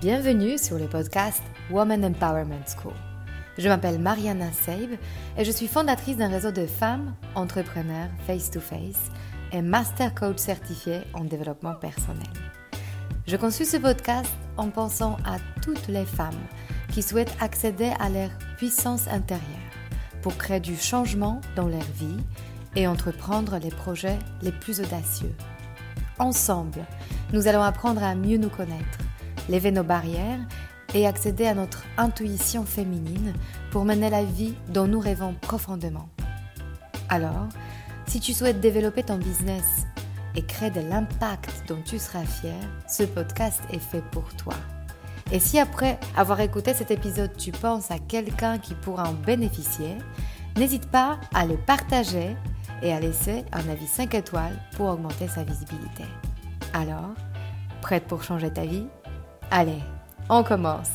Bienvenue sur le podcast Women Empowerment School. Je m'appelle Mariana Seib et je suis fondatrice d'un réseau de femmes entrepreneurs face-to-face et master coach certifié en développement personnel. Je conçus ce podcast en pensant à toutes les femmes qui souhaitent accéder à leur puissance intérieure pour créer du changement dans leur vie et entreprendre les projets les plus audacieux. Ensemble, nous allons apprendre à mieux nous connaître, lever nos barrières et accéder à notre intuition féminine pour mener la vie dont nous rêvons profondément. Alors, si tu souhaites développer ton business et créer de l'impact dont tu seras fier, ce podcast est fait pour toi. Et si après avoir écouté cet épisode, tu penses à quelqu'un qui pourra en bénéficier, n'hésite pas à le partager et à laisser un avis 5 étoiles pour augmenter sa visibilité. Alors, prête pour changer ta vie ? Allez, on commence.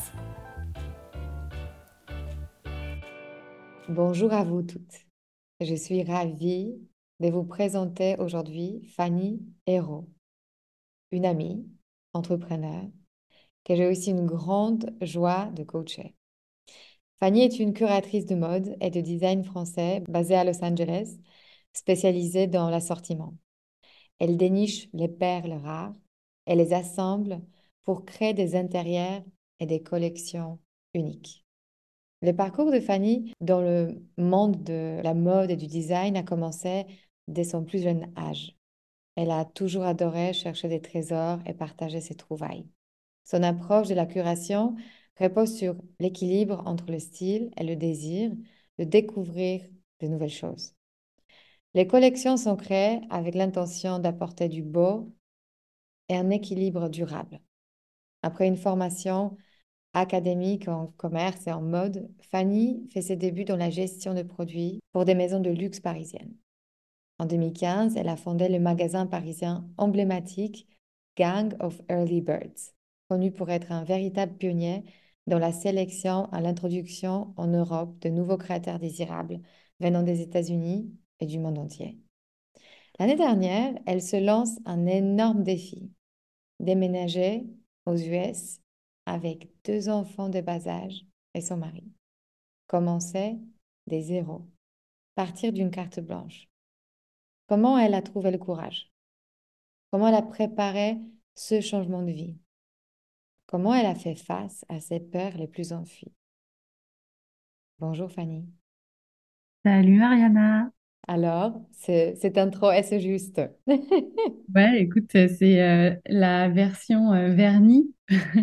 Bonjour à vous toutes. Je suis ravie de vous présenter aujourd'hui Fanny Hérault, une amie, entrepreneur, que j'ai aussi une grande joie de coacher. Fanny est une curatrice de mode et de design français basée à Los Angeles, spécialisée dans l'assortiment. Elle déniche les perles rares et les assemble pour créer des intérieurs et des collections uniques. Le parcours de Fanny dans le monde de la mode et du design a commencé dès son plus jeune âge. Elle a toujours adoré chercher des trésors et partager ses trouvailles. Son approche de la curation repose sur l'équilibre entre le style et le désir de découvrir de nouvelles choses. Les collections sont créées avec l'intention d'apporter du beau et un équilibre durable. Après une formation académique en commerce et en mode, Fanny fait ses débuts dans la gestion de produits pour des maisons de luxe parisiennes. En 2015, elle a fondé le magasin parisien emblématique Gang of Early Birds, connu pour être un véritable pionnier dans la sélection à l'introduction en Europe de nouveaux créateurs désirables venant des États-Unis et du monde entier. L'année dernière, elle se lance un énorme défi, déménager aux US avec 2 enfants de bas âge et son mari. Commencer des zéros, partir d'une carte blanche. Comment elle a trouvé le courage? Comment elle a préparé ce changement de vie? Comment elle a fait face à ses peurs les plus enfuies? Bonjour Fanny. Salut Mariana. Alors, cette intro, est-ce juste? Ouais, écoute, c'est la version vernie.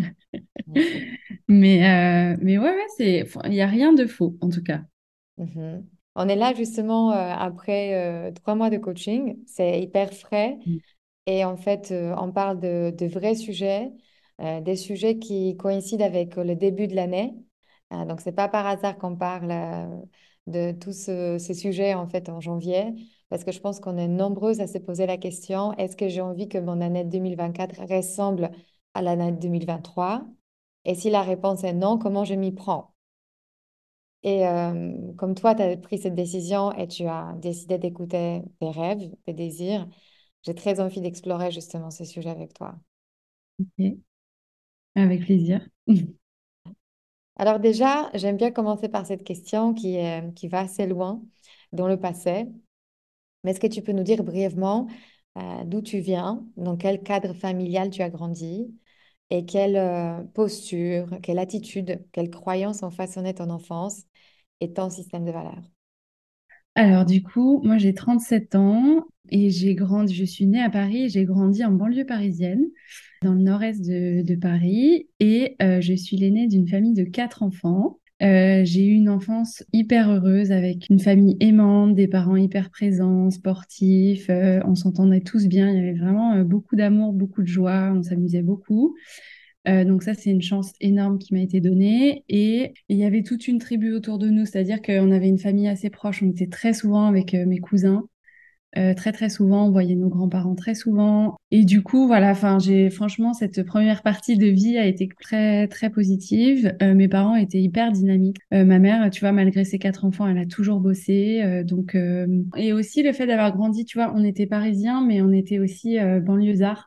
Mais ouais, il n'y a rien de faux en tout cas. Mhm. On est là justement après 3 mois de coaching. C'est hyper frais. Mm. Et en fait, on parle de vrais sujets, des sujets qui coïncident avec le début de l'année. Donc, c'est pas par hasard qu'on parle de tous ces sujets en fait en janvier, parce que je pense qu'on est nombreuses à se poser la question, est-ce que j'ai envie que mon année 2024 ressemble à l'année 2023? Et si la réponse est non, comment je m'y prends? Et comme toi, tu as pris cette décision et tu as décidé d'écouter tes rêves, tes désirs, j'ai très envie d'explorer justement ce sujet avec toi. Ok, avec plaisir. Alors déjà, j'aime bien commencer par cette question qui va assez loin dans le passé. Mais est-ce que tu peux nous dire brièvement d'où tu viens, dans quel cadre familial tu as grandi et quelle posture, quelle attitude, quelles croyances ont façonné ton enfance et ton système de valeurs? Alors du coup, moi j'ai 37 ans et je suis née à Paris et j'ai grandi en banlieue parisienne, dans le nord-est de Paris et je suis l'aînée d'une famille de 4 enfants. J'ai eu une enfance hyper heureuse avec une famille aimante, des parents hyper présents, sportifs, on s'entendait tous bien, il y avait vraiment beaucoup d'amour, beaucoup de joie, on s'amusait beaucoup. Donc ça, c'est une chance énorme qui m'a été donnée. Et il y avait toute une tribu autour de nous, c'est-à-dire qu'on avait une famille assez proche. On était très souvent avec mes cousins, très très souvent. On voyait nos grands-parents très souvent. Et du coup, voilà, enfin, franchement, cette première partie de vie a été très très positive. Mes parents étaient hyper dynamiques. Ma mère, tu vois, malgré ses 4 enfants, elle a toujours bossé. Et aussi le fait d'avoir grandi, tu vois, on était parisiens, mais on était aussi banlieusards.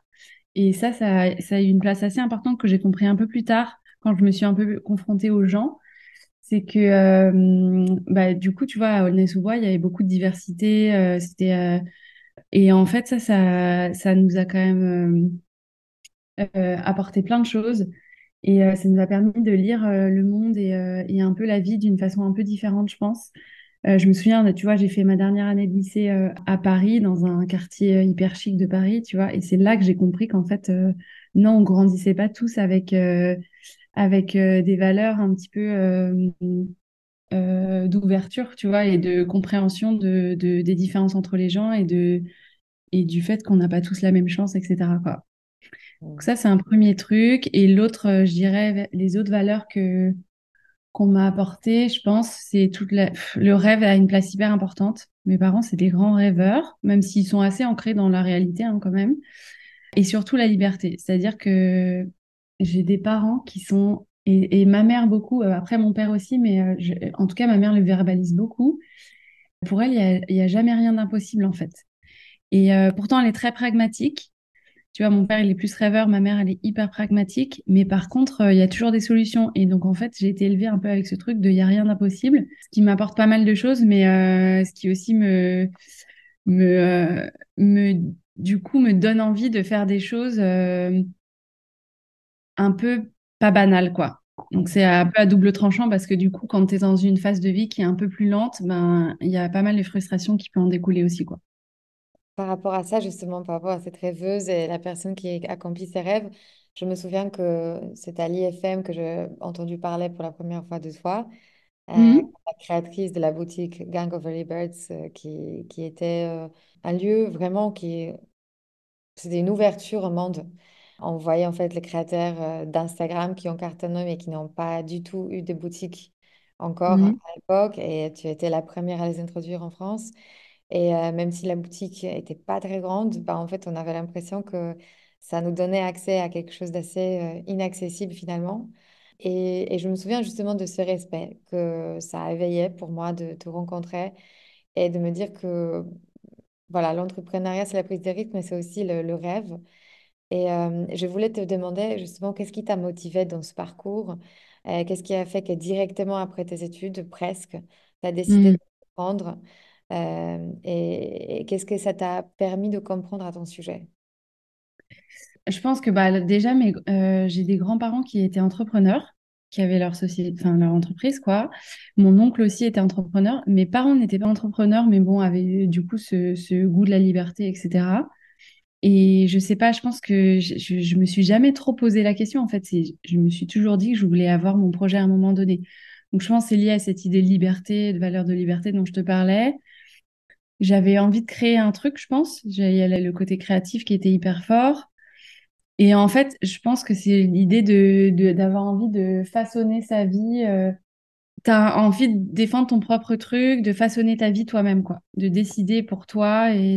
Et ça a eu une place assez importante que j'ai compris un peu plus tard, quand je me suis un peu confrontée aux gens. C'est que, bah, du coup, tu vois, à Aulnay-sous-Bois, il y avait beaucoup de diversité. Et en fait, ça nous a quand même apporté plein de choses. Et ça nous a permis de lire le monde et un peu la vie d'une façon un peu différente, je pense. Je me souviens, tu vois, j'ai fait ma dernière année de lycée à Paris, dans un quartier hyper chic de Paris, tu vois, et c'est là que j'ai compris qu'en fait, non, on grandissait pas tous avec des valeurs un petit peu d'ouverture, tu vois, et de compréhension des différences entre les gens et du fait qu'on n'a pas tous la même chance, etc., quoi. Donc Mm. ça, c'est un premier truc. Et l'autre, je dirais, les autres valeurs qu'on m'a apportées, je pense, c'est le rêve a une place hyper importante. Mes parents, c'est des grands rêveurs, même s'ils sont assez ancrés dans la réalité, hein, quand même. Et surtout la liberté. C'est-à-dire que j'ai des parents qui sont, et ma mère beaucoup, après mon père aussi, mais en tout cas, ma mère le verbalise beaucoup. Pour elle, il y a jamais rien d'impossible, en fait. Et pourtant, elle est très pragmatique. Tu vois, mon père, il est plus rêveur, ma mère, elle est hyper pragmatique. Mais par contre, il y a toujours des solutions. Et donc, en fait, j'ai été élevée un peu avec ce truc de il n'y a rien d'impossible, ce qui m'apporte pas mal de choses, mais ce qui aussi me, me, du coup, me donne envie de faire des choses un peu pas banales, quoi. Donc, c'est un peu à double tranchant parce que du coup, quand tu es dans une phase de vie qui est un peu plus lente, ben, il y a pas mal de frustrations qui peuvent en découler aussi, quoi. Par rapport à ça, justement, par rapport à cette rêveuse et la personne qui accomplit ses rêves, je me souviens que c'est à l'IFM que j'ai entendu parler pour la première fois de toi, Mhm. la créatrice de la boutique Gang of Early Birds, qui était un lieu vraiment c'était une ouverture au monde. On voyait en fait les créateurs d'Instagram qui ont cartonné mais qui n'ont pas du tout eu de boutique encore à Mhm. l'époque. Et tu étais la première à les introduire en France. Et même si la boutique était pas très grande, bah, en fait, on avait l'impression que ça nous donnait accès à quelque chose d'assez inaccessible finalement. Et je me souviens justement de ce respect que ça a éveillé pour moi de te rencontrer et de me dire que voilà, l'entrepreneuriat, c'est la prise de rythme, mais c'est aussi le rêve. Et je voulais te demander justement qu'est-ce qui t'a motivé dans ce parcours? Qu'est-ce qui a fait que directement après tes études, presque, tu as décidé de Mhm. prendre? Et qu'est-ce que ça t'a permis de comprendre à ton sujet? Je pense que bah, déjà, j'ai des grands-parents qui étaient entrepreneurs, qui avaient leur société, enfin leur entreprise, quoi. Mon oncle aussi était entrepreneur. Mes parents n'étaient pas entrepreneurs, mais bon, avaient du coup ce goût de la liberté, etc. Et je sais pas, je pense que je me suis jamais trop posé la question. En fait, je me suis toujours dit que je voulais avoir mon projet à un moment donné. Donc, je pense que c'est lié à cette idée de liberté, de valeur de liberté dont je te parlais. J'avais envie de créer un truc, je pense. Il y a le côté créatif qui était hyper fort. Et en fait, je pense que c'est l'idée d'avoir envie de façonner sa vie. Tu as envie de défendre ton propre truc, de façonner ta vie toi-même, quoi. De décider pour toi et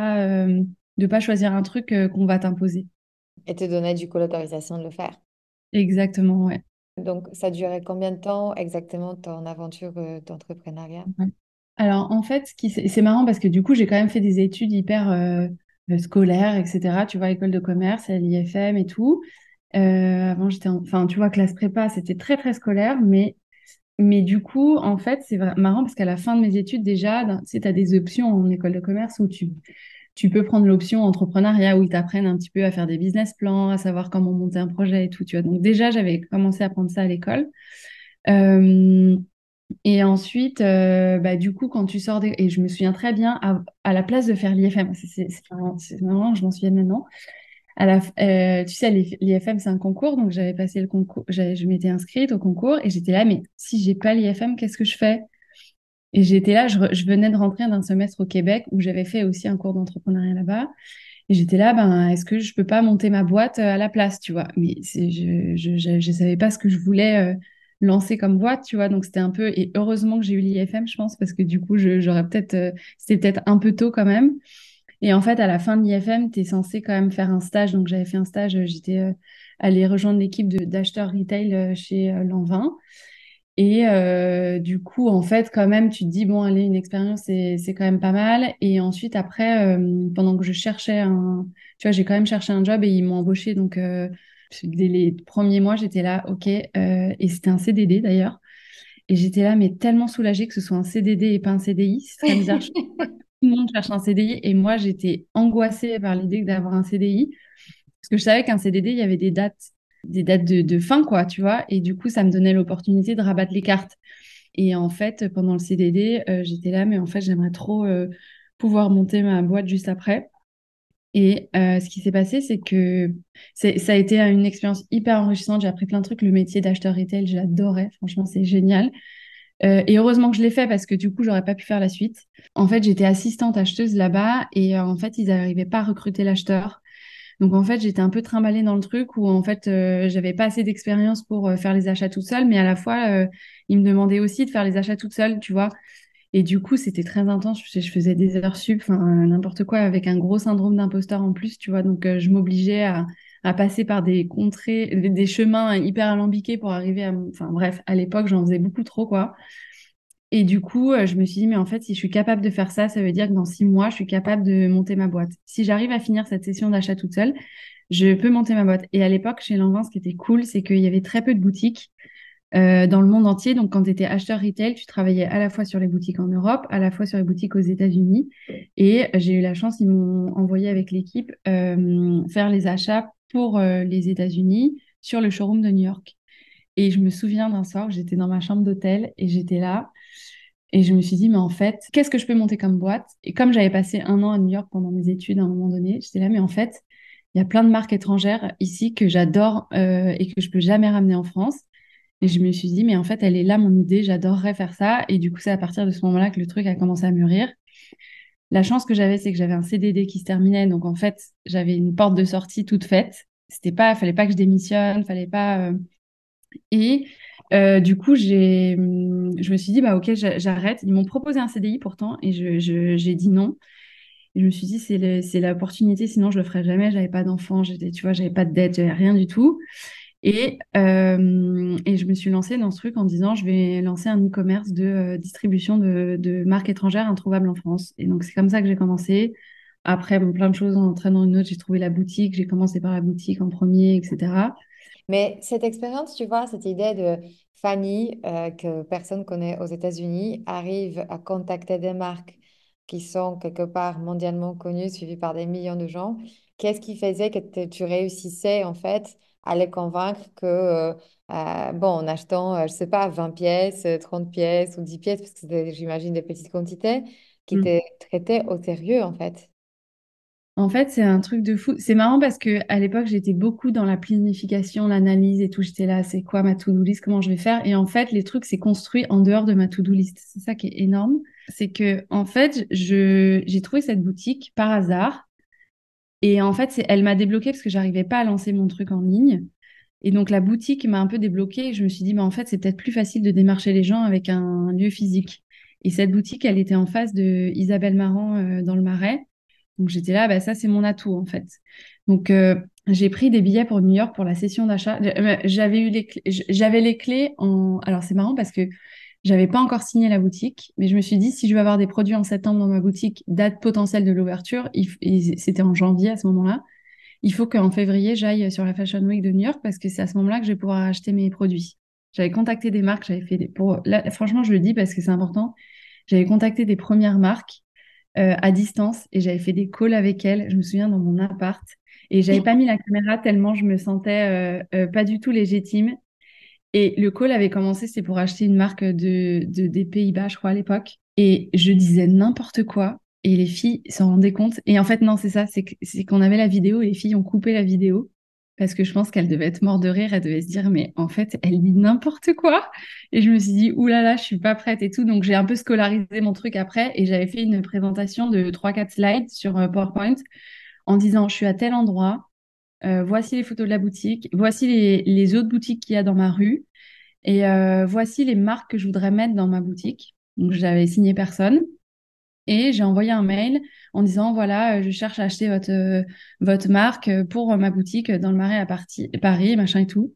de pas choisir un truc qu'on va t'imposer. Et te donner du coup l'autorisation de le faire. Exactement, ouais. Donc, ça durait combien de temps exactement ton aventure d'entrepreneuriat? Ouais. Alors, en fait, c'est marrant parce que du coup, j'ai quand même fait des études hyper scolaires, etc. Tu vois, école de commerce, à l'IFM et tout. Avant, enfin, tu vois, classe prépa, c'était très, très scolaire, mais du coup, en fait, c'est marrant parce qu'à la fin de mes études, déjà, tu sais, tu as des options en école de commerce où tu peux prendre l'option entrepreneuriat où ils t'apprennent un petit peu à faire des business plans, à savoir comment monter un projet et tout, tu vois. Donc déjà, j'avais commencé à apprendre ça à l'école. Euh, et ensuite, bah, du coup, quand tu sors Et je me souviens très bien, à la place de faire l'IFM, c'est marrant, je m'en souviens maintenant. Tu sais, l'IFM, c'est un concours, donc j'avais passé le concours, je m'étais inscrite au concours et j'étais là, mais si j'ai pas l'IFM, qu'est-ce que je fais? Et j'étais là, je venais de rentrer d'un semestre au Québec où j'avais fait aussi un cours d'entrepreneuriat là-bas. Et j'étais là, ben, est-ce que je peux pas monter ma boîte à la place, tu vois? Mais je savais pas ce que je voulais lancer comme boîte, tu vois? Donc c'était un peu, et heureusement que j'ai eu l'IFM, je pense, parce que du coup, j'aurais c'était peut-être un peu tôt quand même. Et en fait, à la fin de l'IFM, tu es censé quand même faire un stage. Donc j'avais fait un stage, j'étais allée rejoindre l'équipe d'acheteurs retail chez Lanvin. Et du coup, en fait, quand même, tu te dis, bon, allez, une expérience, c'est quand même pas mal. Et ensuite, après, pendant que je cherchais tu vois, j'ai quand même cherché un job et ils m'ont embauché. Donc, dès les premiers mois, j'étais là, OK. Et c'était un CDD d'ailleurs. Et j'étais là, mais tellement soulagée que ce soit un CDD et pas un CDI. C'est très bizarre. Tout le monde cherche un CDI. Et moi, j'étais angoissée par l'idée d'avoir un CDI. Parce que je savais qu'un CDD, il y avait des dates de fin, quoi, tu vois. Et du coup, ça me donnait l'opportunité de rabattre les cartes. Et en fait, pendant le CDD, j'étais là, mais en fait, j'aimerais trop pouvoir monter ma boîte juste après. Et ce qui s'est passé, c'est que ça a été une expérience hyper enrichissante. J'ai appris plein de trucs. Le métier d'acheteur retail, je l'adorais. Franchement, c'est génial. Et heureusement que je l'ai fait parce que du coup, j'aurais pas pu faire la suite. En fait, j'étais assistante acheteuse là-bas et en fait, ils n'arrivaient pas à recruter l'acheteur. Donc en fait, j'étais un peu trimballée dans le truc où en fait, j'avais pas assez d'expérience pour faire les achats toute seule, mais à la fois, ils me demandaient aussi de faire les achats toute seule, tu vois. Et du coup, c'était très intense. Je faisais des heures sup, enfin n'importe quoi, avec un gros syndrome d'imposteur en plus, tu vois. Donc je m'obligeais à passer par des contrées, des chemins hyper alambiqués pour arriver Enfin bref, à l'époque, j'en faisais beaucoup trop, quoi. Et du coup, je me suis dit, mais en fait, si je suis capable de faire ça, ça veut dire que dans 6 mois, je suis capable de monter ma boîte. Si j'arrive à finir cette session d'achat toute seule, je peux monter ma boîte. Et à l'époque, chez Lanvin, ce qui était cool, c'est qu'il y avait très peu de boutiques dans le monde entier. Donc, quand tu étais acheteur retail, tu travaillais à la fois sur les boutiques en Europe, à la fois sur les boutiques aux États-Unis. Et j'ai eu la chance, ils m'ont envoyé avec l'équipe faire les achats pour les États-Unis sur le showroom de New York. Et je me souviens d'un soir, j'étais dans ma chambre d'hôtel et j'étais là. Et je me suis dit, mais en fait, qu'est-ce que je peux monter comme boîte? Et comme j'avais passé 1 an à New York pendant mes études à un moment donné, j'étais là, mais en fait, il y a plein de marques étrangères ici que j'adore et que je peux jamais ramener en France. Et je me suis dit, mais en fait, elle est là, mon idée, j'adorerais faire ça. Et du coup, c'est à partir de ce moment-là que le truc a commencé à mûrir. La chance que j'avais, c'est que j'avais un CDD qui se terminait. Donc, en fait, j'avais une porte de sortie toute faite. C'était pas, fallait pas que je démissionne, fallait pas. Et du coup, je me suis dit, bah ok, j'arrête. Ils m'ont proposé un CDI pourtant, et j'ai dit non. Et je me suis dit, c'est l'opportunité, sinon je le ferais jamais. J'avais pas d'enfant, tu vois, j'avais pas de dette, j'avais rien du tout. Et je me suis lancée dans ce truc en disant, je vais lancer un e-commerce de distribution de marques étrangères introuvables en France. Et donc, c'est comme ça que j'ai commencé. Après, bon, plein de choses en entraînant une autre. J'ai trouvé la boutique, j'ai commencé par la boutique en premier, etc. Mais cette expérience, tu vois, cette idée de Fanny, que personne connaît aux États-Unis, arrive à contacter des marques qui sont quelque part mondialement connues, suivies par des millions de gens. Qu'est-ce qui faisait que tu réussissais en fait à les convaincre que, bon, en achetant, je sais pas, 20 pièces, 30 pièces ou 10 pièces, parce que c'était, j'imagine, des petites quantités, qui étaient traitées au sérieux en fait? En fait, c'est un truc de fou. C'est marrant parce que à l'époque, j'étais beaucoup dans la planification, l'analyse et tout. J'étais là, c'est quoi ma to-do list, comment je vais faire? Et en fait, les trucs, c'est construit en dehors de ma to-do list. C'est ça qui est énorme. C'est que, en fait, j'ai trouvé cette boutique par hasard. Et en fait, elle m'a débloquée parce que j'arrivais pas à lancer mon truc en ligne. Et donc, la boutique m'a un peu débloquée. Et je me suis dit, mais en fait, c'est peut-être plus facile de démarcher les gens avec un lieu physique. Et cette boutique, elle était en face de Isabelle Marant, dans le Marais. Donc j'étais là, bah, ça c'est mon atout en fait. Donc j'ai pris des billets pour New York pour la session d'achat. J'avais eu j'avais les clés en. Alors c'est marrant parce que j'avais pas encore signé la boutique, mais je me suis dit si je veux avoir des produits en septembre dans ma boutique, date potentielle de l'ouverture, et c'était en janvier à ce moment-là, il faut qu'en février j'aille sur la Fashion Week de New York parce que c'est à ce moment-là que je vais pouvoir acheter mes produits. J'avais contacté des marques, j'avais fait là, franchement je le dis parce que c'est important. J'avais contacté des premières marques à distance et j'avais fait des calls avec elle, je me souviens, dans mon appart. Et j'avais pas mis la caméra tellement je me sentais pas du tout légitime. Et le call avait commencé, c'est pour acheter une marque des Pays-Bas, je crois, à l'époque. Et je disais n'importe quoi. Et les filles s'en rendaient compte. Et en fait, non, c'est ça, c'est qu'on avait la vidéo et les filles ont coupé la vidéo. Parce que je pense qu'elle devait être morte de rire, elle devait se dire, mais en fait, elle dit n'importe quoi. Et je me suis dit, oulala, là là, je suis pas prête et tout. Donc j'ai un peu scolarisé mon truc après et j'avais fait une présentation de 3 4 slides sur PowerPoint en disant, je suis à tel endroit, voici les photos de la boutique, voici les autres boutiques qu'il y a dans ma rue. Et voici les marques que je voudrais mettre dans ma boutique. Donc, j'avais signé personne. Et j'ai envoyé un mail en disant, voilà, je cherche à acheter votre marque pour ma boutique dans le Marais à Paris, machin et tout.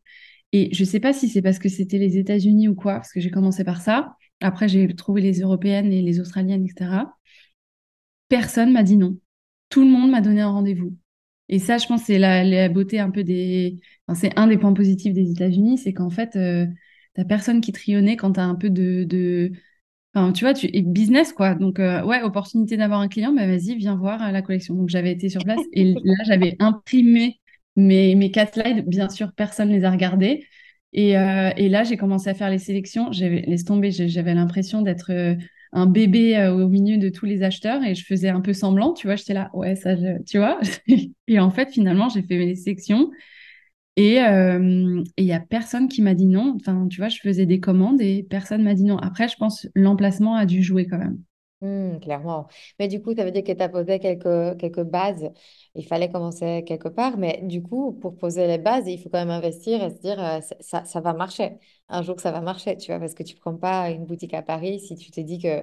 Et je sais pas si c'est parce que c'était les États-Unis ou quoi, parce que j'ai commencé par ça. Après, j'ai trouvé les Européennes et les Australiennes, etc. Personne m'a dit non. Tout le monde m'a donné un rendez-vous. Et ça, je pense, c'est la beauté un peu des... enfin, c'est un des points positifs des États-Unis, c'est qu'en fait, t'as personne qui trionnait quand t'as un peu de... Enfin, tu vois, et business, quoi. Donc, ouais, opportunité d'avoir un client, bah vas-y, viens voir la collection. Donc, j'avais été sur place et là, j'avais imprimé mes 4 slides. Bien sûr, personne ne les a regardés. Et là, j'ai commencé à faire les sélections. Laisse tomber, j'avais l'impression d'être un bébé au milieu de tous les acheteurs et je faisais un peu semblant, tu vois. J'étais là, ouais, ça, tu vois. Et en fait, finalement, j'ai fait mes sélections. Et il y a personne qui m'a dit non. Enfin, tu vois, je faisais des commandes et personne m'a dit non. Après, je pense l'emplacement a dû jouer quand même. Clairement. Mais du coup, ça veut dire que tu as posé quelques bases. Il fallait commencer quelque part. Mais du coup, pour poser les bases, il faut quand même investir et se dire, ça va marcher. Un jour, ça va marcher, tu vois, parce que tu prends pas une boutique à Paris si tu te dis que,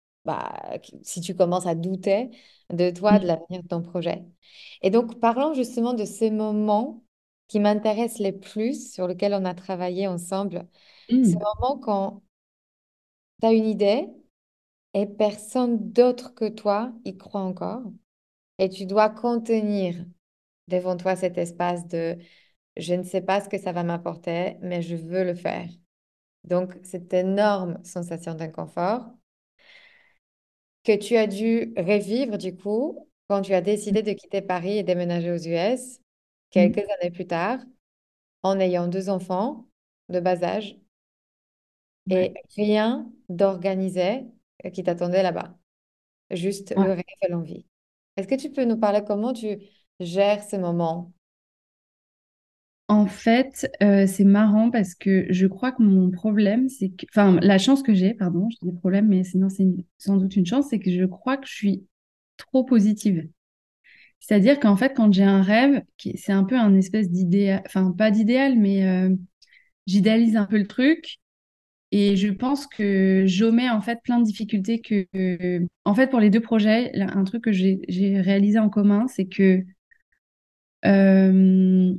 si tu commences à douter de toi, de Mm. l'avenir de ton projet. Et donc, parlons justement de ces moments qui m'intéressent les plus, sur lesquels on a travaillé ensemble. Ces Mm. moments quand tu as une idée et personne d'autre que toi y croit encore. Et tu dois contenir devant toi cet espace de je ne sais pas ce que ça va m'apporter, mais je veux le faire. Donc, cette énorme sensation d'inconfort que tu as dû revivre du coup quand tu as décidé de quitter Paris et déménager aux US quelques Mm. années plus tard en ayant 2 enfants de bas âge Ouais. et rien d'organisé qui t'attendait là-bas. Juste En le rêve et l'envie. Est-ce que tu peux nous parler comment tu gères ces moments? en fait, c'est marrant parce que je crois que mon problème, c'est que... Enfin, la chance que j'ai, pardon, je dis problème, mais sinon c'est sans doute une chance, c'est que je crois que je suis trop positive. C'est-à-dire qu'en fait, quand j'ai un rêve, c'est un peu un espèce d'idéal, enfin pas d'idéal, mais j'idéalise un peu le truc. Et je pense que j'omets en fait plein de difficultés en fait, pour les deux projets, un truc que j'ai réalisé en commun, c'est que euh,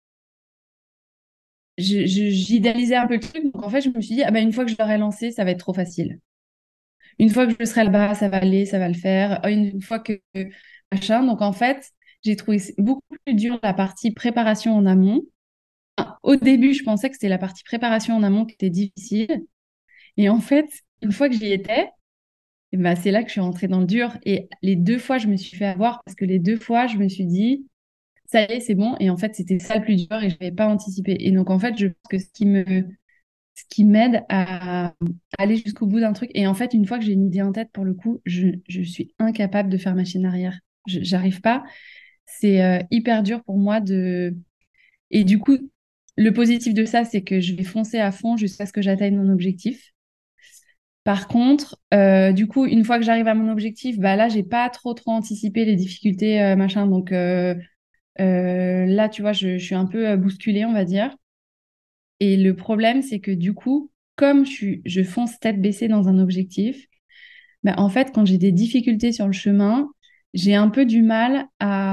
j'idéalisais un peu le truc. Donc en fait, je me suis dit, ah ben, une fois que je l'aurai lancé, ça va être trop facile. Une fois que je serai là-bas, ça va aller, ça va le faire. Une fois que machin. Donc en fait, j'ai trouvé beaucoup plus dur la partie préparation en amont. Au début, je pensais que c'était la partie préparation en amont qui était difficile. Et en fait, une fois que j'y étais, et ben, c'est là que je suis rentrée dans le dur. Et les 2 fois, je me suis fait avoir parce que les 2 fois, je me suis dit, ça y est, c'est bon. Et en fait, c'était ça le plus dur et je n'avais pas anticipé. Et donc, en fait, je pense que ce qui m'aide à aller jusqu'au bout d'un truc. Et en fait, une fois que j'ai une idée en tête, pour le coup, je suis incapable de faire machine arrière. J'arrive pas. C'est hyper dur pour moi de... Et du coup, le positif de ça, c'est que je vais foncer à fond jusqu'à ce que j'atteigne mon objectif. Par contre, du coup, une fois que j'arrive à mon objectif, bah là, j'ai pas trop anticipé les difficultés, machin. Donc là, tu vois, je suis un peu bousculée, on va dire. Et le problème, c'est que du coup, comme je fonce tête baissée dans un objectif, bah, en fait, quand j'ai des difficultés sur le chemin, j'ai un peu du mal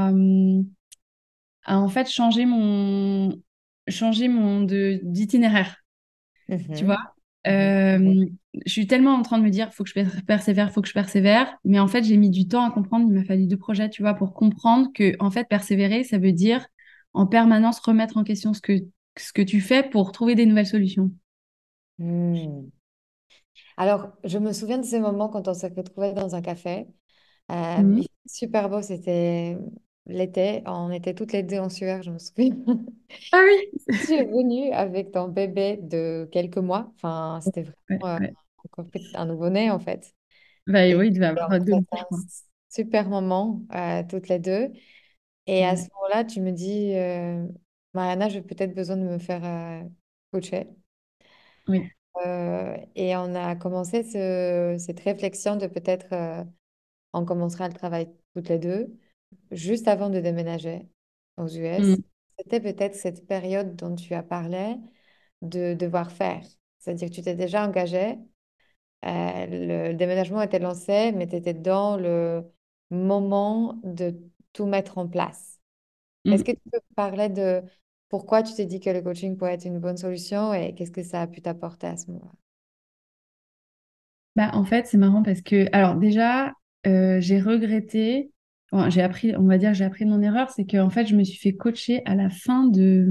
à en fait changer d'itinéraire. Tu vois? Mhm. Mhm. Euh, je suis tellement en train de me dire, faut que je persévère, faut que je persévère. Mais en fait, j'ai mis du temps à comprendre. Il m'a fallu 2 projets, tu vois, pour comprendre que, en fait, persévérer, ça veut dire en permanence remettre en question ce que tu fais pour trouver des nouvelles solutions. Hmm. Alors, je me souviens de ces moments quand on s'est retrouvés dans un café. Mhm. Il fait super beau, c'était l'été. On était toutes les deux en sueur, je me souviens. Ah oui. Tu es venue avec ton bébé de quelques mois. Enfin, c'était Ouais, vraiment ouais. encore un nouveau-né, en fait. Bah, Et, oui, il devait et on avoir a 2 mois, passé je un crois. super moment toutes les deux. Et à ce Ouais. moment-là, tu me dis, Mariana, j'ai peut-être besoin de me faire coacher. Oui. Et on a commencé cette réflexion de peut-être on commencera le travail toutes les deux, juste avant de déménager aux US. Mhm. C'était peut-être cette période dont tu as parlé de devoir faire. C'est-à-dire que tu t'es déjà engagé, le déménagement était lancé, mais tu étais dans le moment de tout mettre en place. Est-ce Mhm. que tu peux parler de pourquoi tu t'es dit que le coaching pourrait être une bonne solution et qu'est-ce que ça a pu t'apporter à ce moment-là? Bah, en fait, c'est marrant parce que, alors déjà, j'ai regretté, enfin, j'ai appris, on va dire, j'ai appris de mon erreur, c'est que en fait, je me suis fait coacher à la fin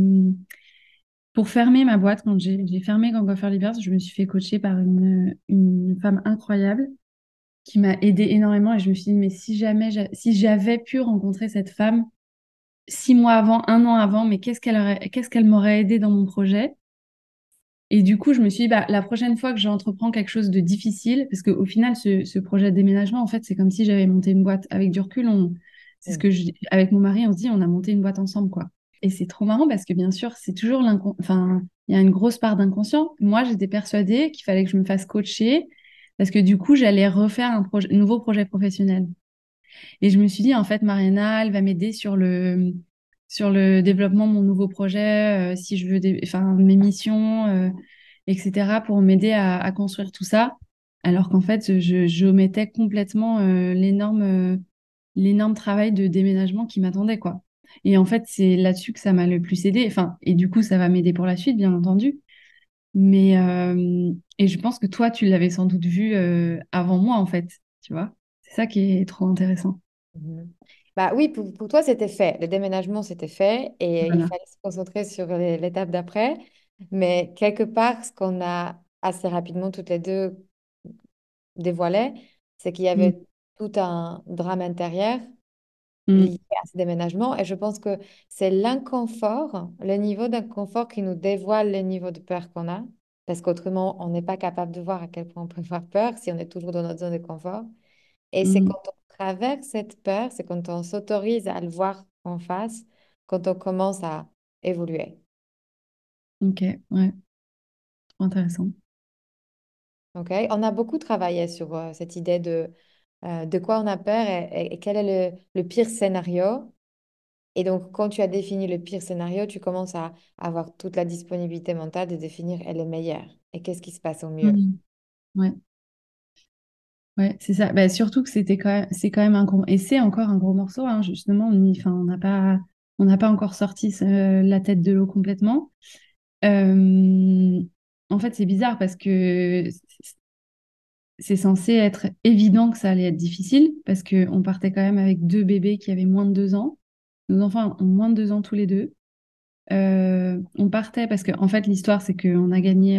pour fermer ma boîte, quand j'ai fermé Gang of Early Birds, je me suis fait coacher par une femme incroyable qui m'a aidée énormément et je me suis dit, mais si jamais, si j'avais pu rencontrer cette femme 6 mois avant, un an avant, mais qu'est-ce qu'elle m'aurait aidé dans mon projet? Et du coup, je me suis dit, bah, la prochaine fois que j'entreprends quelque chose de difficile, parce qu'au final, ce projet de déménagement, en fait, c'est comme si j'avais monté une boîte. Avec du recul, c'est ce Mm. que avec mon mari, on se dit, on a monté une boîte ensemble, quoi. Et c'est trop marrant parce que bien sûr, c'est toujours enfin, il y a une grosse part d'inconscient. Moi, j'étais persuadée qu'il fallait que je me fasse coacher parce que du coup, j'allais refaire un nouveau projet professionnel. Et je me suis dit, en fait, Mariana, elle va m'aider sur le développement de mon nouveau projet, si je veux, enfin, mes missions, etc., pour m'aider à construire tout ça. Alors qu'en fait, j'omettais complètement l'énorme travail de déménagement qui m'attendait, quoi. Et en fait, c'est là-dessus que ça m'a le plus aidé. Enfin, et du coup, ça va m'aider pour la suite, bien entendu. Mais, et je pense que toi, tu l'avais sans doute vu avant moi, en fait, tu vois. C'est ça qui est trop intéressant. Mhm. Bah oui, pour toi, c'était fait. Le déménagement, c'était fait et il Voilà. fallait se concentrer sur l'étape d'après. Mais quelque part, ce qu'on a assez rapidement toutes les deux dévoilé, c'est qu'il y Mm, avait tout un drame intérieur mm, lié à ce déménagement. Et je pense que c'est l'inconfort, le niveau d'inconfort qui nous dévoile le niveau de peur qu'on a. Parce qu'autrement, on n'est pas capable de voir à quel point on peut avoir peur si on est toujours dans notre zone de confort. Et c'est mm. quand on traverse cette peur, c'est quand on s'autorise à le voir en face, quand on commence à évoluer. Ok, ouais, trop intéressant. OK? On a beaucoup travaillé sur cette idée de quoi on a peur et quel est le pire scénario. Et donc, quand tu as défini le pire scénario, tu commences à avoir toute la disponibilité mentale de définir et le meilleur et qu'est-ce qui se passe au mieux. Mm. Ouais, ouais, c'est ça. Bah, surtout que c'est quand même et c'est encore un gros morceau, hein, justement. Enfin, on n'a pas encore sorti la tête de l'eau complètement. Euh, En fait, c'est bizarre parce que c'est censé être évident que ça allait être difficile parce qu'on partait quand même avec deux bébés qui avaient moins de 2 ans. Nos enfants ont moins de 2 ans tous les deux. On partait parce que, en fait, l'histoire, c'est qu'on a gagné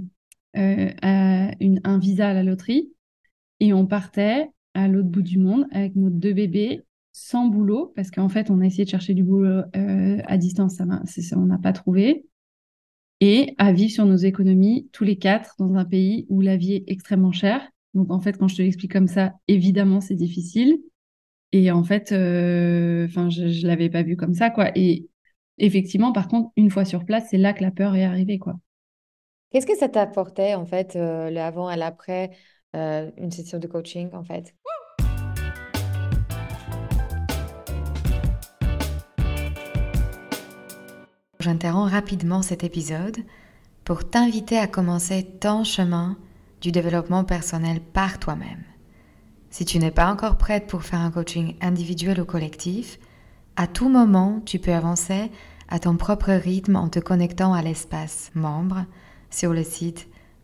un visa à la loterie et on partait à l'autre bout du monde avec nos deux bébés sans boulot parce qu'en fait, on a essayé de chercher du boulot à distance, on n'a pas trouvé et à vivre sur nos économies, tous les quatre, dans un pays où la vie est extrêmement chère. Donc, en fait, quand je te l'explique comme ça, évidemment, c'est difficile. Et en fait, enfin, je l'avais pas vu comme ça, quoi. Et effectivement, par contre, une fois sur place, c'est là que la peur est arrivée, quoi. Qu'est-ce que ça t'apportait, en fait, le avant et l'après une session de coaching, en fait? J'interromps rapidement cet épisode pour t'inviter à commencer ton chemin du développement personnel par toi-même. Si tu n'es pas encore prête pour faire un coaching individuel ou collectif, à tout moment, tu peux avancer à ton propre rythme en te connectant à l'espace membre sur le site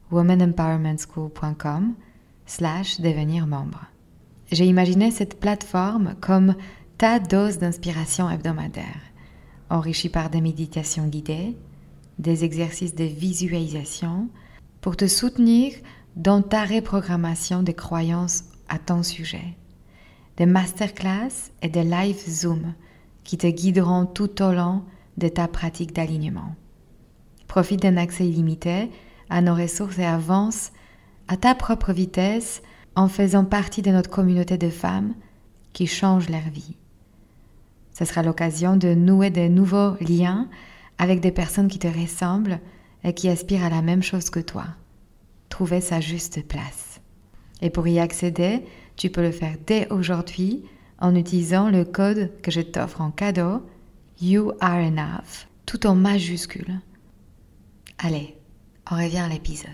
womanempowermentschool.com/devenir membre. J'ai imaginé cette plateforme comme ta dose d'inspiration hebdomadaire, enrichie par des méditations guidées, des exercices de visualisation pour te soutenir dans ta reprogrammation des croyances à ton sujet, des masterclass et des live Zoom qui te guideront tout au long de ta pratique d'alignement. Profite d'un accès illimité à nos ressources et avance à ta propre vitesse en faisant partie de notre communauté de femmes qui changent leur vie. Ce sera l'occasion de nouer de nouveaux liens avec des personnes qui te ressemblent et qui aspirent à la même chose que toi. Trouver sa juste place. Et pour y accéder, tu peux le faire dès aujourd'hui en utilisant le code que je t'offre en cadeau, You Are Enough, tout en majuscule. Allez, on revient à l'épisode.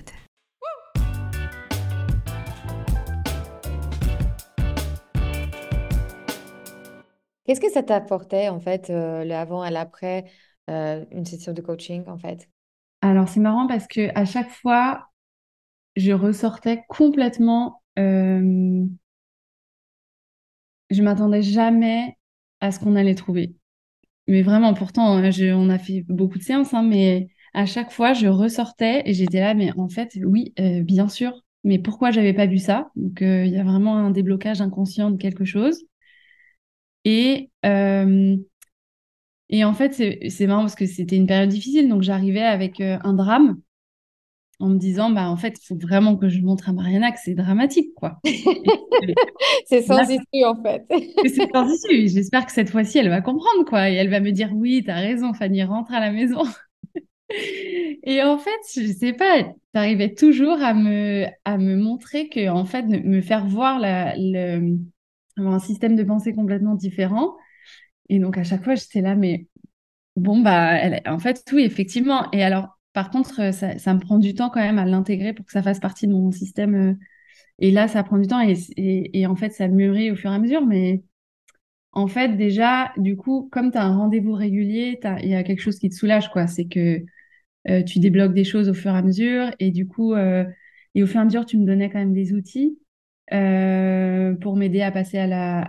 Qu'est-ce que ça t'apportait en fait le avant et l'après une session de coaching, en fait? Alors, c'est marrant parce que à chaque fois, je ressortais complètement. Je m'attendais jamais à ce qu'on allait trouver. Mais vraiment, pourtant, on a fait beaucoup de séances, hein, mais à chaque fois, je ressortais et j'étais là, mais en fait, oui, bien sûr. Mais pourquoi j'avais pas vu ça? Donc, il y a vraiment un déblocage inconscient de quelque chose. Et, euh, et en fait, c'est marrant parce que c'était une période difficile. Donc, j'arrivais avec un drame en me disant, bah, en fait, il faut vraiment que je montre à Mariana que c'est dramatique, quoi. Et C'est là, sans issue, en fait. que c'est sans issue. J'espère que cette fois-ci, elle va comprendre, quoi. Et elle va me dire, oui, t'as raison, Fanny, rentre à la maison. Et en fait, je sais pas, t'arrivais toujours à me montrer que, en fait, me faire voir un système de pensée complètement différent. Et donc, à chaque fois, j'étais là, mais bon, bah, en fait, oui, effectivement. Et alors, par contre, ça me prend du temps quand même à l'intégrer pour que ça fasse partie de mon système. Et là, ça prend du temps et en fait, ça mûrit au fur et à mesure. Mais en fait, déjà, du coup, comme tu as un rendez-vous régulier, il y a quelque chose qui te soulage, quoi. C'est que tu débloques des choses au fur et à mesure et du coup, et au fur et à mesure, tu me donnais quand même des outils pour m'aider à passer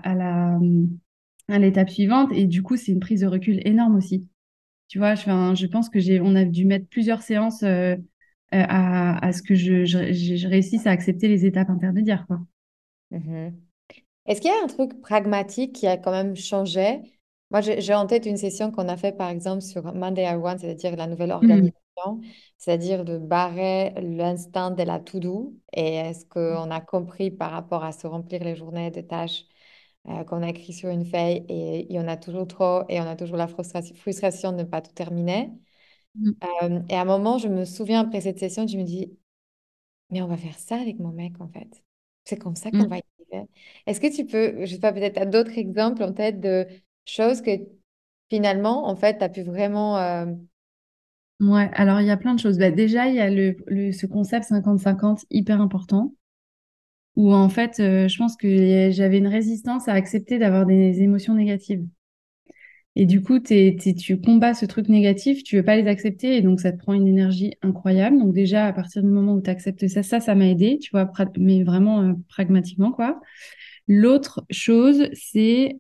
à l'étape suivante. Et du coup, c'est une prise de recul énorme aussi. Tu vois, je pense que on a dû mettre plusieurs séances à ce que je réussisse à accepter les étapes intermédiaires, quoi. Mhm. Est-ce qu'il y a un truc pragmatique qui a quand même changé? Moi, j'ai en tête une session qu'on a fait, par exemple, sur Monday I Want, c'est-à-dire la nouvelle Mm. organisation, c'est-à-dire de barrer l'instinct de la to-do. Et est-ce qu'on a compris par rapport à se remplir les journées de tâches qu'on a écrit sur une feuille et il y en a toujours trop et on a toujours la frustration de ne pas tout terminer. Mm. Et à un moment, je me souviens après cette session, je me dis, mais on va faire ça avec mon mec, en fait. C'est comme ça qu'on Mm. va y arriver. Est-ce que tu peux, je sais pas, peut-être à d'autres exemples en tête de choses que finalement, en fait, tu as pu vraiment... Ouais, alors il y a plein de choses. Bah, déjà, il y a ce concept 50-50 hyper important, où en fait, je pense que j'avais une résistance à accepter d'avoir des émotions négatives. Et du coup, tu combats ce truc négatif, tu veux pas les accepter, et donc ça te prend une énergie incroyable. Donc déjà, à partir du moment où tu acceptes ça, ça m'a aidé, tu vois, mais vraiment pragmatiquement, quoi. L'autre chose, c'est,